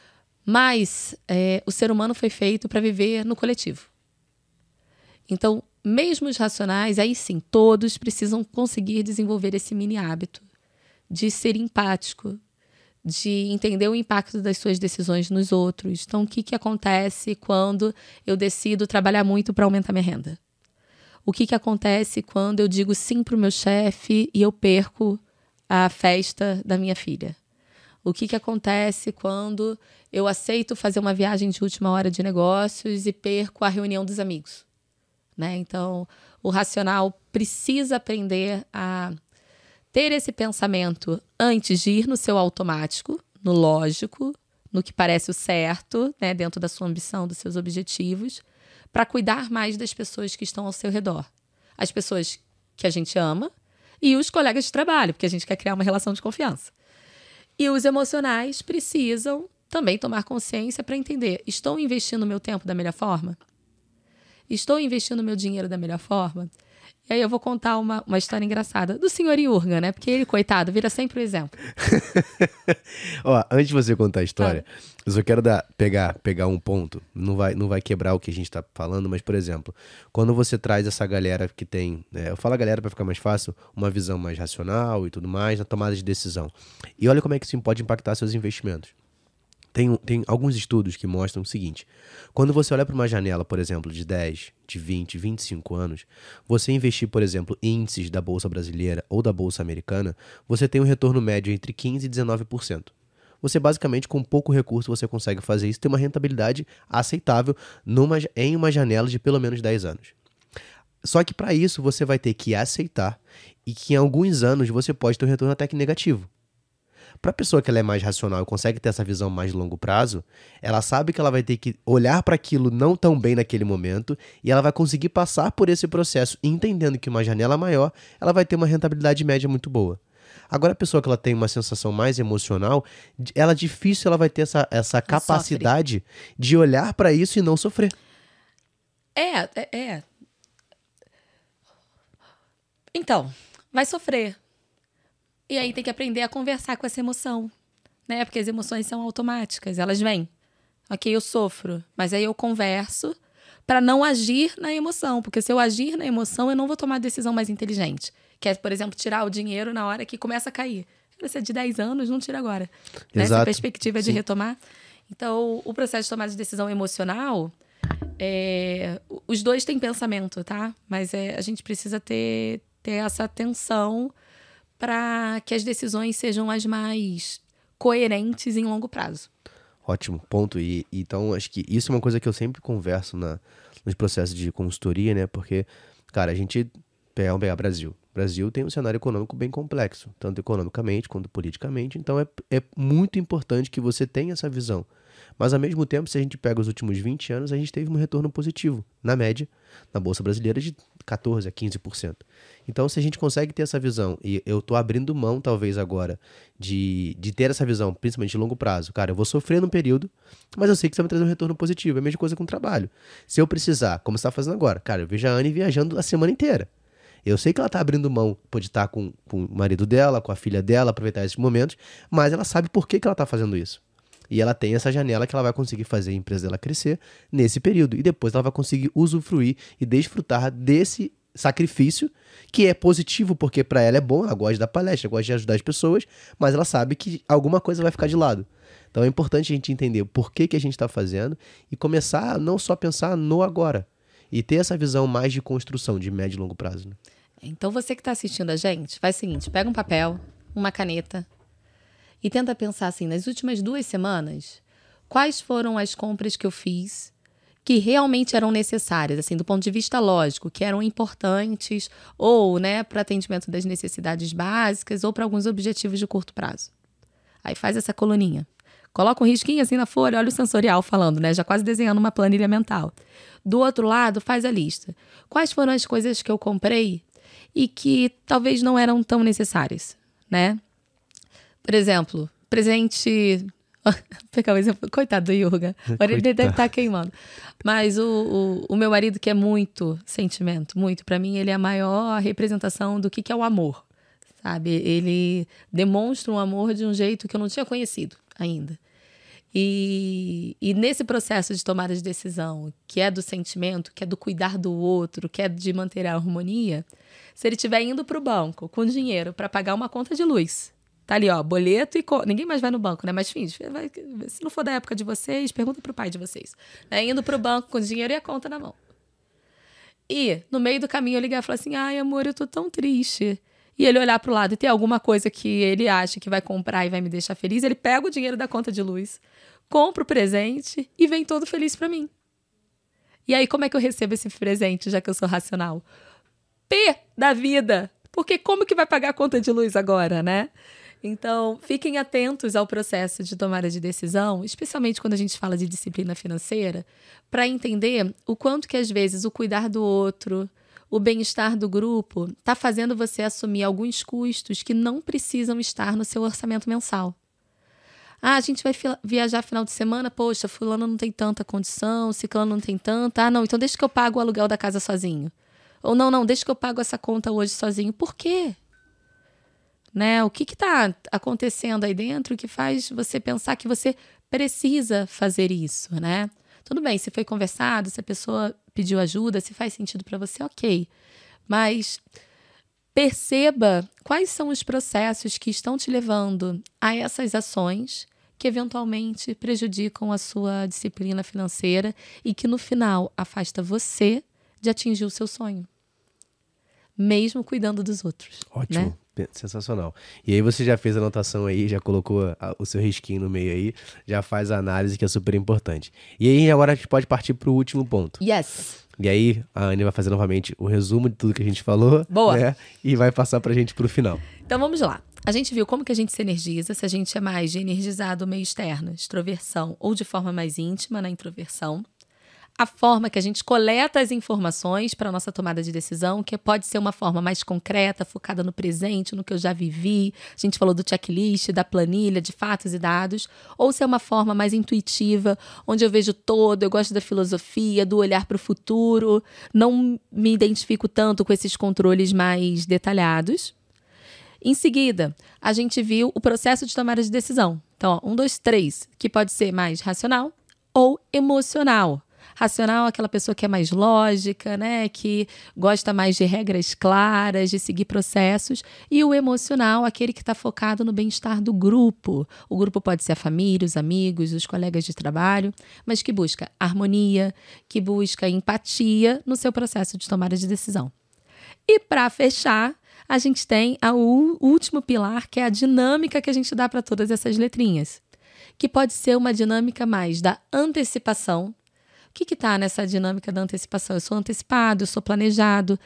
Mas o ser humano foi feito para viver no coletivo. Então, mesmo os racionais, aí sim, todos precisam conseguir desenvolver esse mini hábito de ser empático, de entender o impacto das suas decisões nos outros. Então, o que acontece quando eu decido trabalhar muito para aumentar minha renda? O que acontece quando eu digo sim para o meu chefe e eu perco a festa da minha filha? O que acontece quando eu aceito fazer uma viagem de última hora de negócios e perco a reunião dos amigos? Né? Então, o racional precisa aprender a ter esse pensamento antes de ir no seu automático, no lógico, no que parece o certo, né? Dentro da sua ambição, dos seus objetivos, para cuidar mais das pessoas que estão ao seu redor. As pessoas que a gente ama e os colegas de trabalho, porque a gente quer criar uma relação de confiança. E os emocionais precisam também tomar consciência para entender: estou investindo meu tempo da melhor forma? Estou investindo meu dinheiro da melhor forma? E aí eu vou contar uma história engraçada do senhor Iurga, né? Porque ele, coitado, vira sempre o exemplo. Ó, antes de você contar a história, eu só quero pegar um ponto. Não vai quebrar o que a gente tá falando, mas, por exemplo, quando você traz essa galera que tem, eu falo a galera para ficar mais fácil, uma visão mais racional e tudo mais na tomada de decisão. E olha como é que isso pode impactar seus investimentos. Tem alguns estudos que mostram o seguinte: quando você olha para uma janela, por exemplo, de 10, de 20, 25 anos, você investir, por exemplo, em índices da Bolsa Brasileira ou da Bolsa Americana, você tem um retorno médio entre 15% e 19%. Você basicamente, com pouco recurso, você consegue fazer isso, ter uma rentabilidade aceitável em uma janela de pelo menos 10 anos. Só que para isso você vai ter que aceitar e que em alguns anos você pode ter um retorno até que negativo. Para a pessoa que ela é mais racional e consegue ter essa visão mais de longo prazo, ela sabe que ela vai ter que olhar para aquilo não tão bem naquele momento e ela vai conseguir passar por esse processo entendendo que uma janela maior, ela vai ter uma rentabilidade média muito boa. Agora, a pessoa que ela tem uma sensação mais emocional, ela difícil ela vai ter essa capacidade de olhar para isso e não sofrer. Então, vai sofrer. E aí tem que aprender a conversar com essa emoção, né? Porque as emoções são automáticas, elas vêm. Ok, eu sofro, mas aí eu converso para não agir na emoção. Porque se eu agir na emoção, eu não vou tomar a decisão mais inteligente. Que é, por exemplo, tirar o dinheiro na hora que começa a cair. Você é de 10 anos, não tira agora. Né? Essa perspectiva de retomar. Então, o processo de tomada de decisão emocional, os dois têm pensamento, tá? Mas a gente precisa ter essa atenção para que as decisões sejam as mais coerentes em longo prazo. Ótimo, ponto. E então, acho que isso é uma coisa que eu sempre converso nos processos de consultoria, né? Porque, cara, a gente vamos pegar Brasil. O Brasil tem um cenário econômico bem complexo, tanto economicamente quanto politicamente. Então, é muito importante que você tenha essa visão. Mas, ao mesmo tempo, se a gente pega os últimos 20 anos, a gente teve um retorno positivo, na média, na Bolsa Brasileira, de 14% a 15%. Então, se a gente consegue ter essa visão, e eu estou abrindo mão, talvez, agora, de ter essa visão, principalmente de longo prazo. Cara, eu vou sofrer num período, mas eu sei que isso vai me trazer um retorno positivo. É a mesma coisa com o trabalho. Se eu precisar, como você está fazendo agora, cara, eu vejo a Anne viajando a semana inteira. Eu sei que ela está abrindo mão, pode estar com o marido dela, com a filha dela, aproveitar esses momentos, mas ela sabe por que ela está fazendo isso. E ela tem essa janela que ela vai conseguir fazer a empresa dela crescer nesse período. E depois ela vai conseguir usufruir e desfrutar desse sacrifício, que é positivo, porque para ela é bom, ela gosta da palestra, gosta de ajudar as pessoas, mas ela sabe que alguma coisa vai ficar de lado. Então é importante a gente entender por que a gente está fazendo e começar a não só pensar no agora. E ter essa visão mais de construção, de médio e longo prazo. Né? Então você que está assistindo a gente, faz o seguinte, pega um papel, uma caneta, e tenta pensar assim, nas últimas 2 semanas, quais foram as compras que eu fiz que realmente eram necessárias, assim, do ponto de vista lógico, que eram importantes, ou, né, para atendimento das necessidades básicas, ou para alguns objetivos de curto prazo. Aí faz essa coluninha. Coloca um risquinho assim na folha, olha o sensorial falando, né? Já quase desenhando uma planilha mental. Do outro lado, faz a lista. Quais foram as coisas que eu comprei e que talvez não eram tão necessárias, né? Por exemplo, presente... Vou pegar o exemplo. Coitado do Iurga. Agora ele deve estar queimando. Mas o meu marido, que é muito sentimento, muito. Para mim, ele é a maior representação do que é o amor. Sabe? Ele demonstra um amor de um jeito que eu não tinha conhecido ainda. E nesse processo de tomada de decisão, que é do sentimento, que é do cuidar do outro, que é de manter a harmonia, se ele estiver indo para o banco com dinheiro para pagar uma conta de luz, tá ali, ó, boleto e ninguém mais vai no banco, né? Mas, enfim, se não for da época de vocês, pergunta pro pai de vocês. Né? Indo pro banco com dinheiro e a conta na mão. E, no meio do caminho, eu ligar e falar assim, ai, amor, eu tô tão triste. E ele olhar pro lado e ter alguma coisa que ele acha que vai comprar e vai me deixar feliz, ele pega o dinheiro da conta de luz, compra o presente e vem todo feliz pra mim. E aí, como é que eu recebo esse presente, já que eu sou racional? P da vida! Porque como que vai pagar a conta de luz agora, né? Então, fiquem atentos ao processo de tomada de decisão, especialmente quando a gente fala de disciplina financeira, para entender o quanto que, às vezes, o cuidar do outro, o bem-estar do grupo, está fazendo você assumir alguns custos que não precisam estar no seu orçamento mensal. Ah, a gente vai viajar final de semana, poxa, fulano não tem tanta condição, ciclano não tem tanta. Ah, não, então deixa que eu pago o aluguel da casa sozinho. Ou não, deixa que eu pago essa conta hoje sozinho. Por quê? Né? O que está acontecendo aí dentro que faz você pensar que você precisa fazer isso, né? Tudo bem, se foi conversado, se a pessoa pediu ajuda, se faz sentido para você, ok. Mas perceba quais são os processos que estão te levando a essas ações que eventualmente prejudicam a sua disciplina financeira e que no final afasta você de atingir o seu sonho. Mesmo cuidando dos outros. Ótimo. Né? Sensacional. E aí você já fez a anotação aí, já colocou o seu risquinho no meio aí, já faz a análise que é super importante. E aí agora a gente pode partir para o último ponto. Yes. E aí a Anny vai fazer novamente o resumo de tudo que a gente falou. Boa. Né? E vai passar pra gente pro final. Então vamos lá. A gente viu como que a gente se energiza, se a gente é mais de energizar do meio externo, extroversão, ou de forma mais íntima na introversão. A forma que a gente coleta as informações para a nossa tomada de decisão, que pode ser uma forma mais concreta, focada no presente, no que eu já vivi. A gente falou do checklist, da planilha, de fatos e dados. Ou se é uma forma mais intuitiva, onde eu vejo todo, eu gosto da filosofia, do olhar para o futuro. Não me identifico tanto com esses controles mais detalhados. Em seguida, a gente viu o processo de tomada de decisão. Então, 1, 2, 3, que pode ser mais racional ou emocional. Racional é aquela pessoa que é mais lógica, né? Que gosta mais de regras claras, de seguir processos. E o emocional, aquele que está focado no bem-estar do grupo. O grupo pode ser a família, os amigos, os colegas de trabalho, mas que busca harmonia, que busca empatia no seu processo de tomada de decisão. E para fechar, a gente tem o último pilar, que é a dinâmica que a gente dá para todas essas letrinhas. Que pode ser uma dinâmica mais da antecipação. O que está nessa dinâmica da antecipação? Eu sou antecipado, eu sou planejado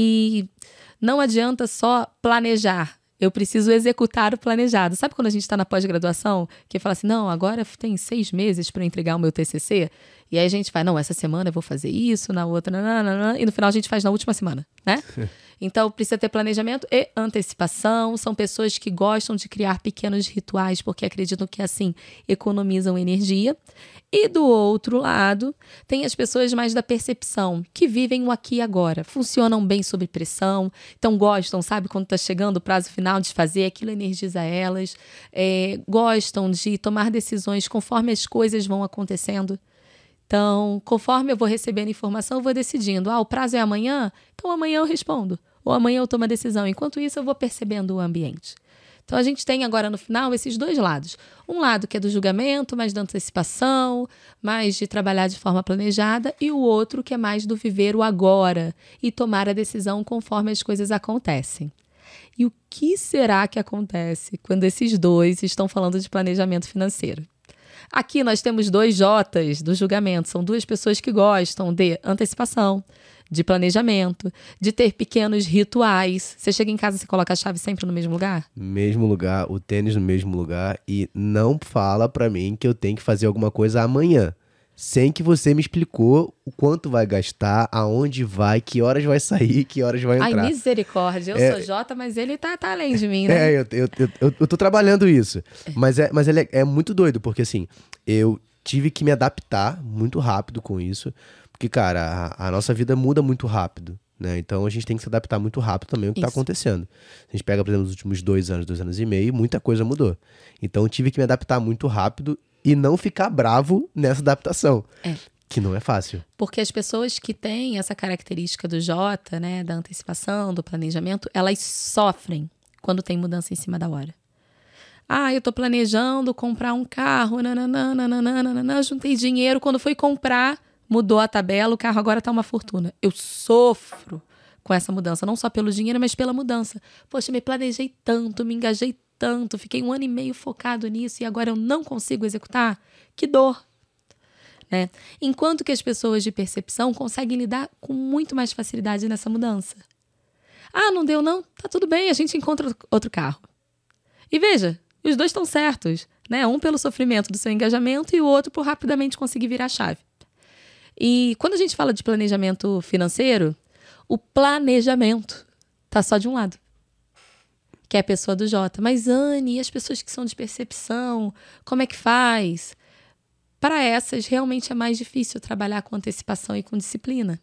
e não adianta só planejar, eu preciso executar o planejado. Sabe quando a gente está na pós-graduação, que fala assim, não, agora tem 6 meses para entregar o meu TCC? E aí a gente faz, não, essa semana eu vou fazer isso, na outra, nananana, e no final a gente faz na última semana, né? Então, precisa ter planejamento e antecipação. São pessoas que gostam de criar pequenos rituais porque acreditam que, assim, economizam energia. E, do outro lado, tem as pessoas mais da percepção, que vivem o aqui e agora. Funcionam bem sob pressão. Então, gostam, sabe, quando está chegando o prazo final de fazer, aquilo energiza elas. Gostam de tomar decisões conforme as coisas vão acontecendo. Então, conforme eu vou recebendo informação, eu vou decidindo. O prazo é amanhã? Então amanhã eu respondo. Ou amanhã eu tomo a decisão. Enquanto isso, eu vou percebendo o ambiente. Então, a gente tem agora no final esses dois lados. Um lado que é do julgamento, mais da antecipação, mais de trabalhar de forma planejada. E o outro que é mais do viver o agora e tomar a decisão conforme as coisas acontecem. E o que será que acontece quando esses dois estão falando de planejamento financeiro? Aqui nós temos 2 J's do julgamento. São 2 pessoas que gostam de antecipação, de planejamento, de ter pequenos rituais. Você chega em casa e coloca a chave sempre no mesmo lugar? Mesmo lugar, o tênis no mesmo lugar. E não fala pra mim que eu tenho que fazer alguma coisa amanhã. Sem que você me explicou o quanto vai gastar, aonde vai, que horas vai sair, que horas vai entrar. Ai, misericórdia. Eu sou Jota, mas ele tá além de mim, né? Eu tô trabalhando isso. Mas ele é muito doido, porque assim, eu tive que me adaptar muito rápido com isso. Porque, cara, a nossa vida muda muito rápido, né? Então a gente tem que se adaptar muito rápido também ao que tá acontecendo. A gente pega, por exemplo, os últimos 2 anos e meio, muita coisa mudou. Então eu tive que me adaptar muito rápido. e não ficar bravo nessa adaptação. Que não é fácil. Porque as pessoas que têm essa característica do J, né, da antecipação, do planejamento, elas sofrem quando tem mudança em cima da hora. Eu tô planejando comprar um carro, juntei dinheiro, quando fui comprar, mudou a tabela, o carro agora tá uma fortuna. Eu sofro com essa mudança, não só pelo dinheiro, mas pela mudança. Poxa, me planejei tanto, me engajei tanto, fiquei 1 ano e meio focado nisso e agora eu não consigo executar. Que dor! Né? Enquanto que as pessoas de percepção conseguem lidar com muito mais facilidade nessa mudança. Não deu não? Tá tudo bem, a gente encontra outro carro. E veja, os dois estão certos, né? Um pelo sofrimento do seu engajamento e o outro por rapidamente conseguir virar a chave. E quando a gente fala de planejamento financeiro, o planejamento tá só de um lado, que é a pessoa do J. Mas, Anne, e as pessoas que são de percepção, como é que faz? Para essas, realmente é mais difícil trabalhar com antecipação e com disciplina.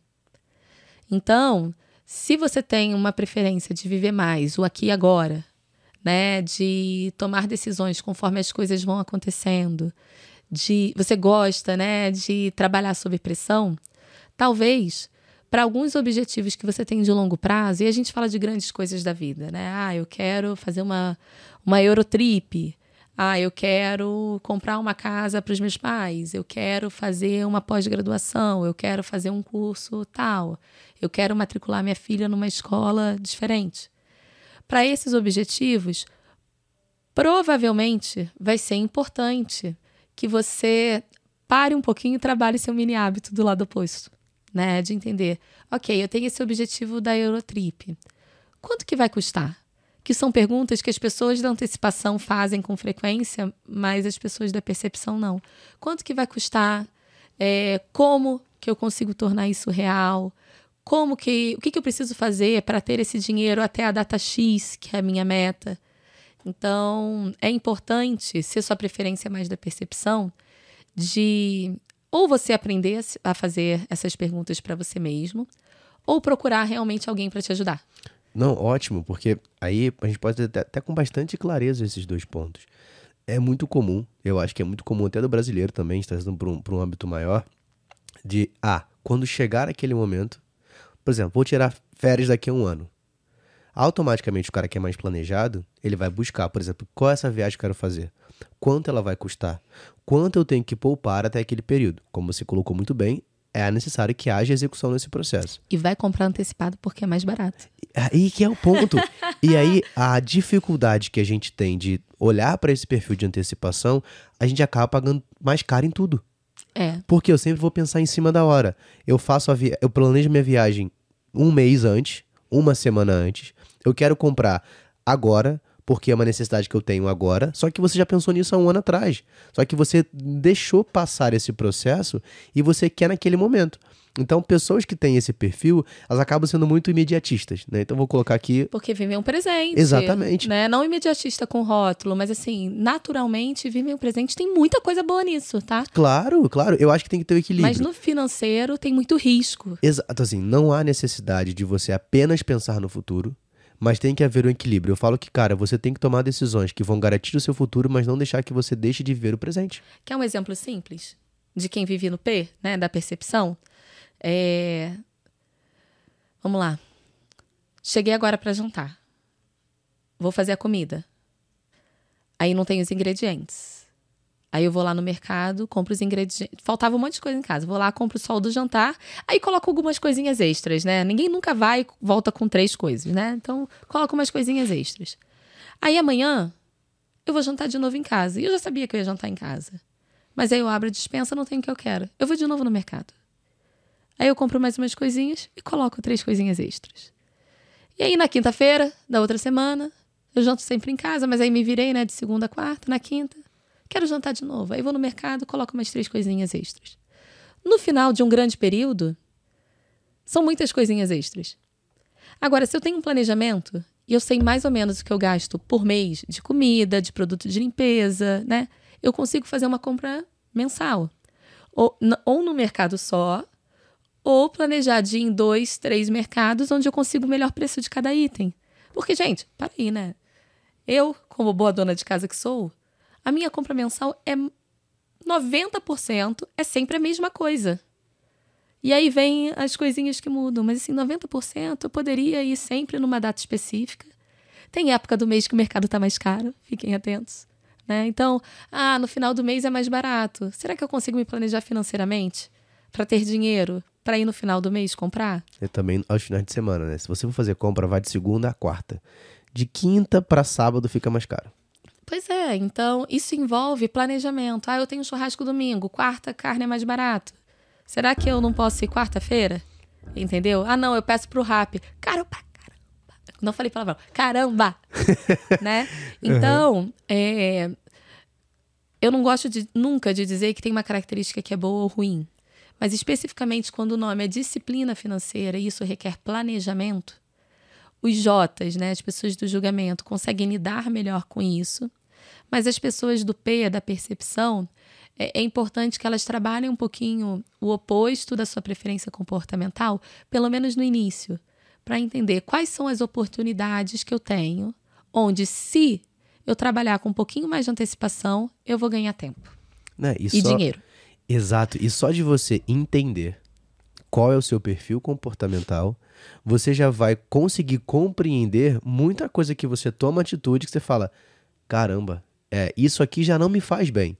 Então, se você tem uma preferência de viver mais o aqui e agora, né, de tomar decisões conforme as coisas vão acontecendo, você gosta, né, de trabalhar sob pressão, talvez para alguns objetivos que você tem de longo prazo, e a gente fala de grandes coisas da vida, né? Eu quero fazer uma Eurotrip. Eu quero comprar uma casa para os meus pais, eu quero fazer uma pós-graduação, eu quero fazer um curso tal, eu quero matricular minha filha numa escola diferente. Para esses objetivos, provavelmente vai ser importante que você pare um pouquinho e trabalhe seu mini hábito do lado oposto, né? De entender, ok, eu tenho esse objetivo da Eurotrip, quanto que vai custar? Que são perguntas que as pessoas da antecipação fazem com frequência, mas as pessoas da percepção não. Quanto que vai custar? Como que eu consigo tornar isso real? O que eu preciso fazer para ter esse dinheiro até a data X, que é a minha meta? Então, é importante, se a sua preferência é mais da percepção, de ou você aprender a fazer essas perguntas para você mesmo, ou procurar realmente alguém para te ajudar. Não, ótimo, porque aí a gente pode ter até com bastante clareza esses dois pontos. É muito comum, eu acho que é muito comum até do brasileiro também, trazendo para um âmbito maior, de, quando chegar aquele momento, por exemplo, vou tirar férias daqui a 1 ano. Automaticamente o cara que é mais planejado, ele vai buscar, por exemplo, qual é essa viagem que eu quero fazer? Quanto ela vai custar? Quanto eu tenho que poupar até aquele período? Como você colocou muito bem, é necessário que haja execução nesse processo. E vai comprar antecipado porque é mais barato. Aí que é o ponto. E aí, a dificuldade que a gente tem de olhar para esse perfil de antecipação, a gente acaba pagando mais caro em tudo. Porque eu sempre vou pensar em cima da hora. Eu planejo minha viagem 1 mês antes, 1 semana antes. Eu quero comprar agora, porque é uma necessidade que eu tenho agora, só que você já pensou nisso há 1 ano atrás. Só que você deixou passar esse processo e você quer naquele momento. Então, pessoas que têm esse perfil, elas acabam sendo muito imediatistas, né? Então, vou colocar aqui... Porque vivem um presente. Exatamente. Né? Não imediatista com rótulo, mas assim, naturalmente, vivem um presente. Tem muita coisa boa nisso, tá? Claro. Eu acho que tem que ter o equilíbrio. Mas no financeiro tem muito risco. Exato, assim, não há necessidade de você apenas pensar no futuro, mas tem que haver um equilíbrio. Eu falo que, cara, você tem que tomar decisões que vão garantir o seu futuro, mas não deixar que você deixe de viver o presente. Quer um exemplo simples de quem vive no P, né, da percepção? Vamos lá. Cheguei agora para jantar. Vou fazer a comida. Aí não tem os ingredientes. Aí eu vou lá no mercado, compro os ingredientes. Faltava um monte de coisa em casa. Vou lá, compro só o do jantar. Aí coloco algumas coisinhas extras, né? Ninguém nunca vai e volta com 3 coisas, né? Então, coloco umas coisinhas extras. Aí amanhã, eu vou jantar de novo em casa. E eu já sabia que eu ia jantar em casa. Mas aí eu abro a despensa, não tem o que eu quero. Eu vou de novo no mercado. Aí eu compro mais umas coisinhas e coloco 3 coisinhas extras. E aí na quinta-feira da outra semana, eu janto sempre em casa, mas aí me virei, né, de segunda a quarta, na quinta. Quero jantar de novo. Aí vou no mercado, coloco mais 3 coisinhas extras. No final de um grande período, são muitas coisinhas extras. Agora, se eu tenho um planejamento e eu sei mais ou menos o que eu gasto por mês de comida, de produto de limpeza, né? Eu consigo fazer uma compra mensal. Ou no mercado só, ou planejar de ir em 2, 3 mercados onde eu consigo o melhor preço de cada item. Porque, gente, para aí, né? Eu, como boa dona de casa que sou, a minha compra mensal é 90% é sempre a mesma coisa. E aí vem as coisinhas que mudam. Mas assim, 90% eu poderia ir sempre numa data específica. Tem época do mês que o mercado está mais caro, fiquem atentos. Né? Então, no final do mês é mais barato. Será que eu consigo me planejar financeiramente para ter dinheiro para ir no final do mês comprar? E também aos finais de semana, né? Se você for fazer compra, vai de segunda a quarta. De quinta para sábado fica mais caro. Pois é, então isso envolve planejamento. Eu tenho um churrasco domingo, quarta carne é mais barato. Será que eu não posso ir quarta-feira? Entendeu? Não, eu peço pro Rappi. Caramba! Não falei palavrão. Caramba! Né? Então, eu não gosto nunca de dizer que tem uma característica que é boa ou ruim. Mas especificamente quando o nome é disciplina financeira e isso requer planejamento, os Jotas, né, as pessoas do julgamento, conseguem lidar melhor com isso. Mas as pessoas do P, da percepção, é importante que elas trabalhem um pouquinho o oposto da sua preferência comportamental, pelo menos no início, para entender quais são as oportunidades que eu tenho, onde se eu trabalhar com um pouquinho mais de antecipação, eu vou ganhar tempo e dinheiro. Exato. E só de você entender qual é o seu perfil comportamental, você já vai conseguir compreender muita coisa que você toma atitude que você fala, caramba, isso aqui já não me faz bem.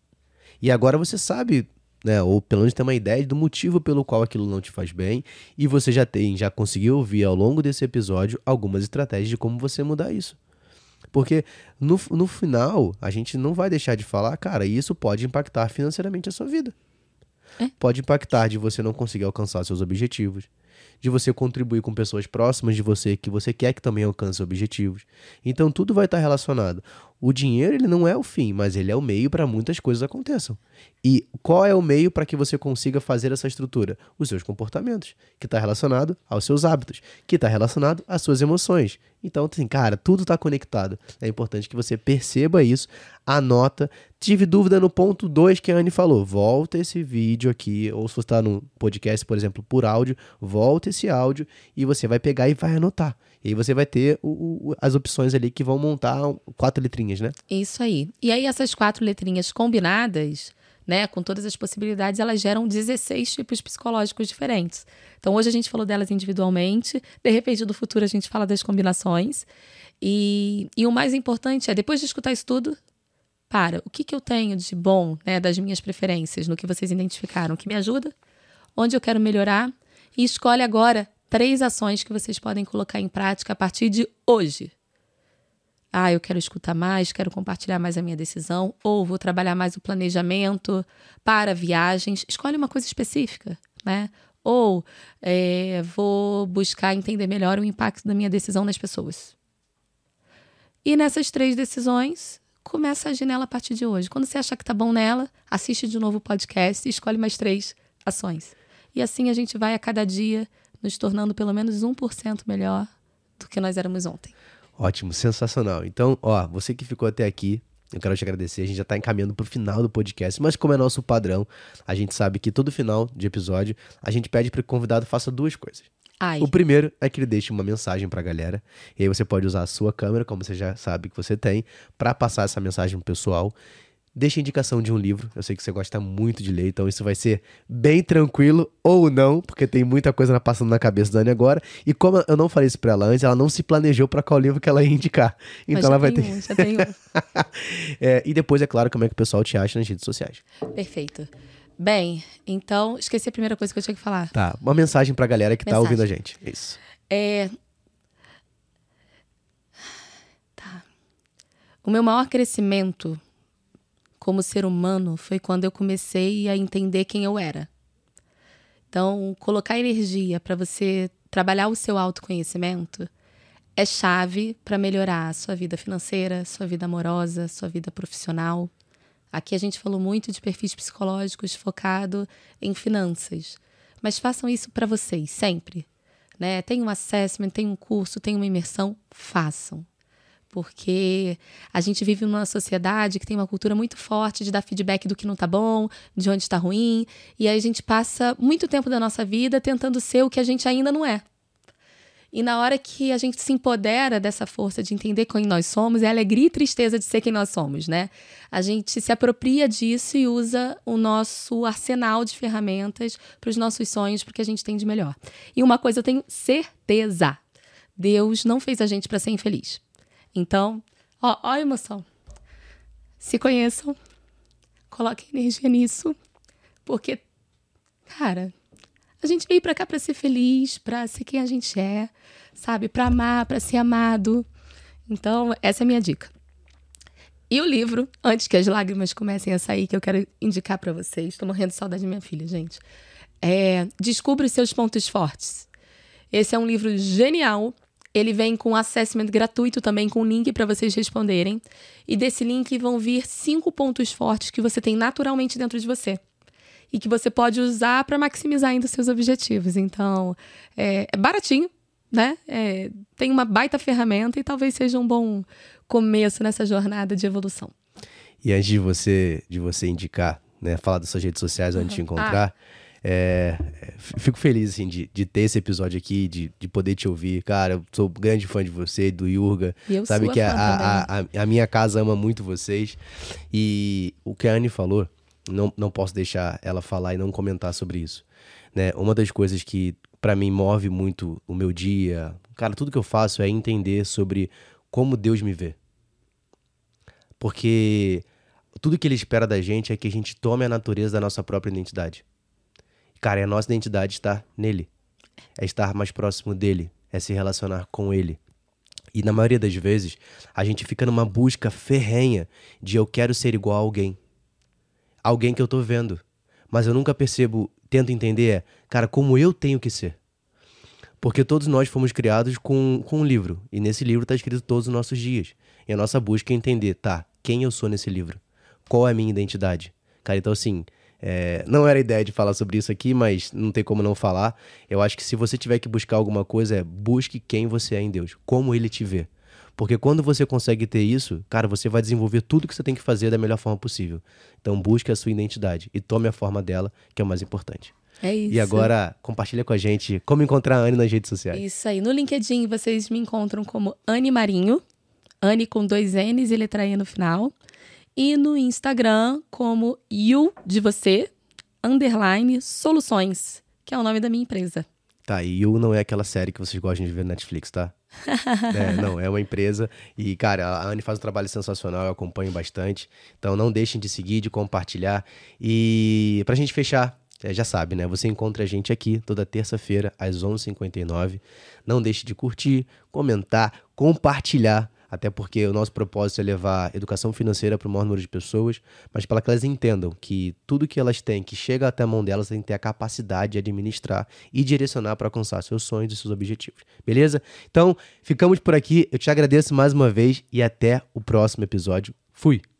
E agora você sabe, né, ou pelo menos tem uma ideia do motivo pelo qual aquilo não te faz bem, e você já conseguiu ouvir ao longo desse episódio algumas estratégias de como você mudar isso. Porque no final, a gente não vai deixar de falar, cara, isso pode impactar financeiramente a sua vida. Pode impactar de você não conseguir alcançar seus objetivos, de você contribuir com pessoas próximas de você que você quer que também alcance objetivos. Então tudo vai estar relacionado. O dinheiro, ele não é o fim, mas ele é o meio para muitas coisas aconteçam. E qual é o meio para que você consiga fazer essa estrutura? Os seus comportamentos, que está relacionado aos seus hábitos, que está relacionado às suas emoções. Então, assim, cara, tudo está conectado. É importante que você perceba isso, anota. Tive dúvida no ponto 2 que a Anne falou. Volta esse vídeo aqui, ou se você está no podcast, por exemplo, por áudio, volta esse áudio e você vai pegar e vai anotar. E aí você vai ter as opções ali que vão montar 4 letrinhas, né? Isso aí. E aí essas 4 letrinhas combinadas, né, com todas as possibilidades, elas geram 16 tipos psicológicos diferentes. Então hoje a gente falou delas individualmente, de repente no futuro a gente fala das combinações. E o mais importante é, depois de escutar isso tudo, o que eu tenho de bom, né, das minhas preferências, no que vocês identificaram, que me ajuda, onde eu quero melhorar, e escolhe agora 3 ações que vocês podem colocar em prática a partir de hoje. Eu quero escutar mais, quero compartilhar mais a minha decisão, ou vou trabalhar mais o planejamento para viagens. Escolhe uma coisa específica, né? Ou vou buscar entender melhor o impacto da minha decisão nas pessoas. E nessas 3 decisões, começa a agir nela a partir de hoje. Quando você achar que tá bom nela, assiste de novo o podcast e escolhe mais 3 ações. E assim a gente vai a cada dia nos tornando pelo menos 1% melhor do que nós éramos ontem. Ótimo, sensacional. Então, você que ficou até aqui, eu quero te agradecer. A gente já está encaminhando para o final do podcast, mas como é nosso padrão, a gente sabe que todo final de episódio, a gente pede para que o convidado faça 2 coisas. O primeiro é que ele deixe uma mensagem para a galera, e aí você pode usar a sua câmera, como você já sabe que você tem, para passar essa mensagem pro pessoal. Deixa a indicação de um livro, eu sei que você gosta muito de ler, então isso vai ser bem tranquilo ou não, porque tem muita coisa passando na cabeça da Anne agora, e como eu não falei isso pra ela antes, ela não se planejou pra qual livro que ela ia indicar, então ela vai ter... Já tem um. E depois, é claro, como é que o pessoal te acha nas redes sociais. Perfeito. Bem, então, esqueci a primeira coisa que eu tinha que falar. Tá, uma mensagem pra galera que tá ouvindo a gente, isso. O meu maior crescimento como ser humano foi quando eu comecei a entender quem eu era. Então, colocar energia para você trabalhar o seu autoconhecimento é chave para melhorar a sua vida financeira, sua vida amorosa, sua vida profissional. Aqui a gente falou muito de perfis psicológicos focado em finanças, mas façam isso para vocês, sempre. Né? Tem um assessment, tem um curso, tem uma imersão, façam. Porque a gente vive numa sociedade que tem uma cultura muito forte de dar feedback do que não tá bom, de onde está ruim, e aí a gente passa muito tempo da nossa vida tentando ser o que a gente ainda não é. E na hora que a gente se empodera dessa força de entender quem nós somos, é alegria e tristeza de ser quem nós somos, né? A gente se apropria disso e usa o nosso arsenal de ferramentas para os nossos sonhos, porque a gente tem de melhor. E uma coisa eu tenho certeza: Deus não fez a gente para ser infeliz. Então, ó a emoção. Se conheçam, coloquem energia nisso, porque, cara, a gente veio pra cá pra ser feliz, pra ser quem a gente é, sabe? Pra amar, pra ser amado. Então, essa é a minha dica. E o livro, antes que as lágrimas comecem a sair, que eu quero indicar pra vocês, tô morrendo de saudade da minha filha, gente, Descubra os seus pontos fortes. Esse é um livro genial. Ele vem com assessment gratuito também, com link para vocês responderem. E desse link vão vir 5 pontos fortes que você tem naturalmente dentro de você. E que você pode usar para maximizar ainda os seus objetivos. Então, é baratinho, né? Tem uma baita ferramenta e talvez seja um bom começo nessa jornada de evolução. E antes de você indicar, né, falar das suas redes sociais antes de encontrar, fico feliz assim, de ter esse episódio aqui, de poder te ouvir. Cara, eu sou grande fã de você, do Yurga. Eu sabe sou que a minha casa ama muito vocês. E o que a Anne falou, não posso deixar ela falar e não comentar sobre isso, né? Uma das coisas que pra mim move muito o meu dia, cara, tudo que eu faço é entender sobre como Deus me vê. Porque tudo que ele espera da gente é que a gente tome a natureza da nossa própria identidade. Cara, e a nossa identidade está nele. É estar mais próximo dele, é se relacionar com ele. E na maioria das vezes, a gente fica numa busca ferrenha de eu quero ser igual a alguém. Alguém que eu tô vendo. Mas eu nunca tento entender, cara, como eu tenho que ser. Porque todos nós fomos criados com um livro. E nesse livro tá escrito todos os nossos dias. E a nossa busca é entender, quem eu sou nesse livro? Qual é a minha identidade? Cara, então assim, não era a ideia de falar sobre isso aqui, mas não tem como não falar. Eu acho que se você tiver que buscar alguma coisa, busque quem você é em Deus. Como ele te vê. Porque quando você consegue ter isso, cara, você vai desenvolver tudo que você tem que fazer da melhor forma possível. Então busque a sua identidade e tome a forma dela, que é o mais importante. É isso. E agora, compartilha com a gente como encontrar a Anne nas redes sociais. Isso aí. No LinkedIn, vocês me encontram como Anne Marinho. Anne com 2 N's e letra E no final. E no Instagram como de você, _soluções, que é o nome da minha empresa. Tá, e You não é aquela série que vocês gostam de ver na Netflix, tá? Não, é uma empresa e, cara, a Anne faz um trabalho sensacional, eu acompanho bastante. Então não deixem de seguir, de compartilhar. E pra gente fechar, já sabe, né? Você encontra a gente aqui toda terça-feira às 11h59. Não deixe de curtir, comentar, compartilhar. Até porque o nosso propósito é levar educação financeira para o maior número de pessoas, mas para que elas entendam que tudo que elas têm, que chega até a mão delas, tem que ter a capacidade de administrar e direcionar para alcançar seus sonhos e seus objetivos. Beleza? Então, ficamos por aqui. Eu te agradeço mais uma vez e até o próximo episódio. Fui!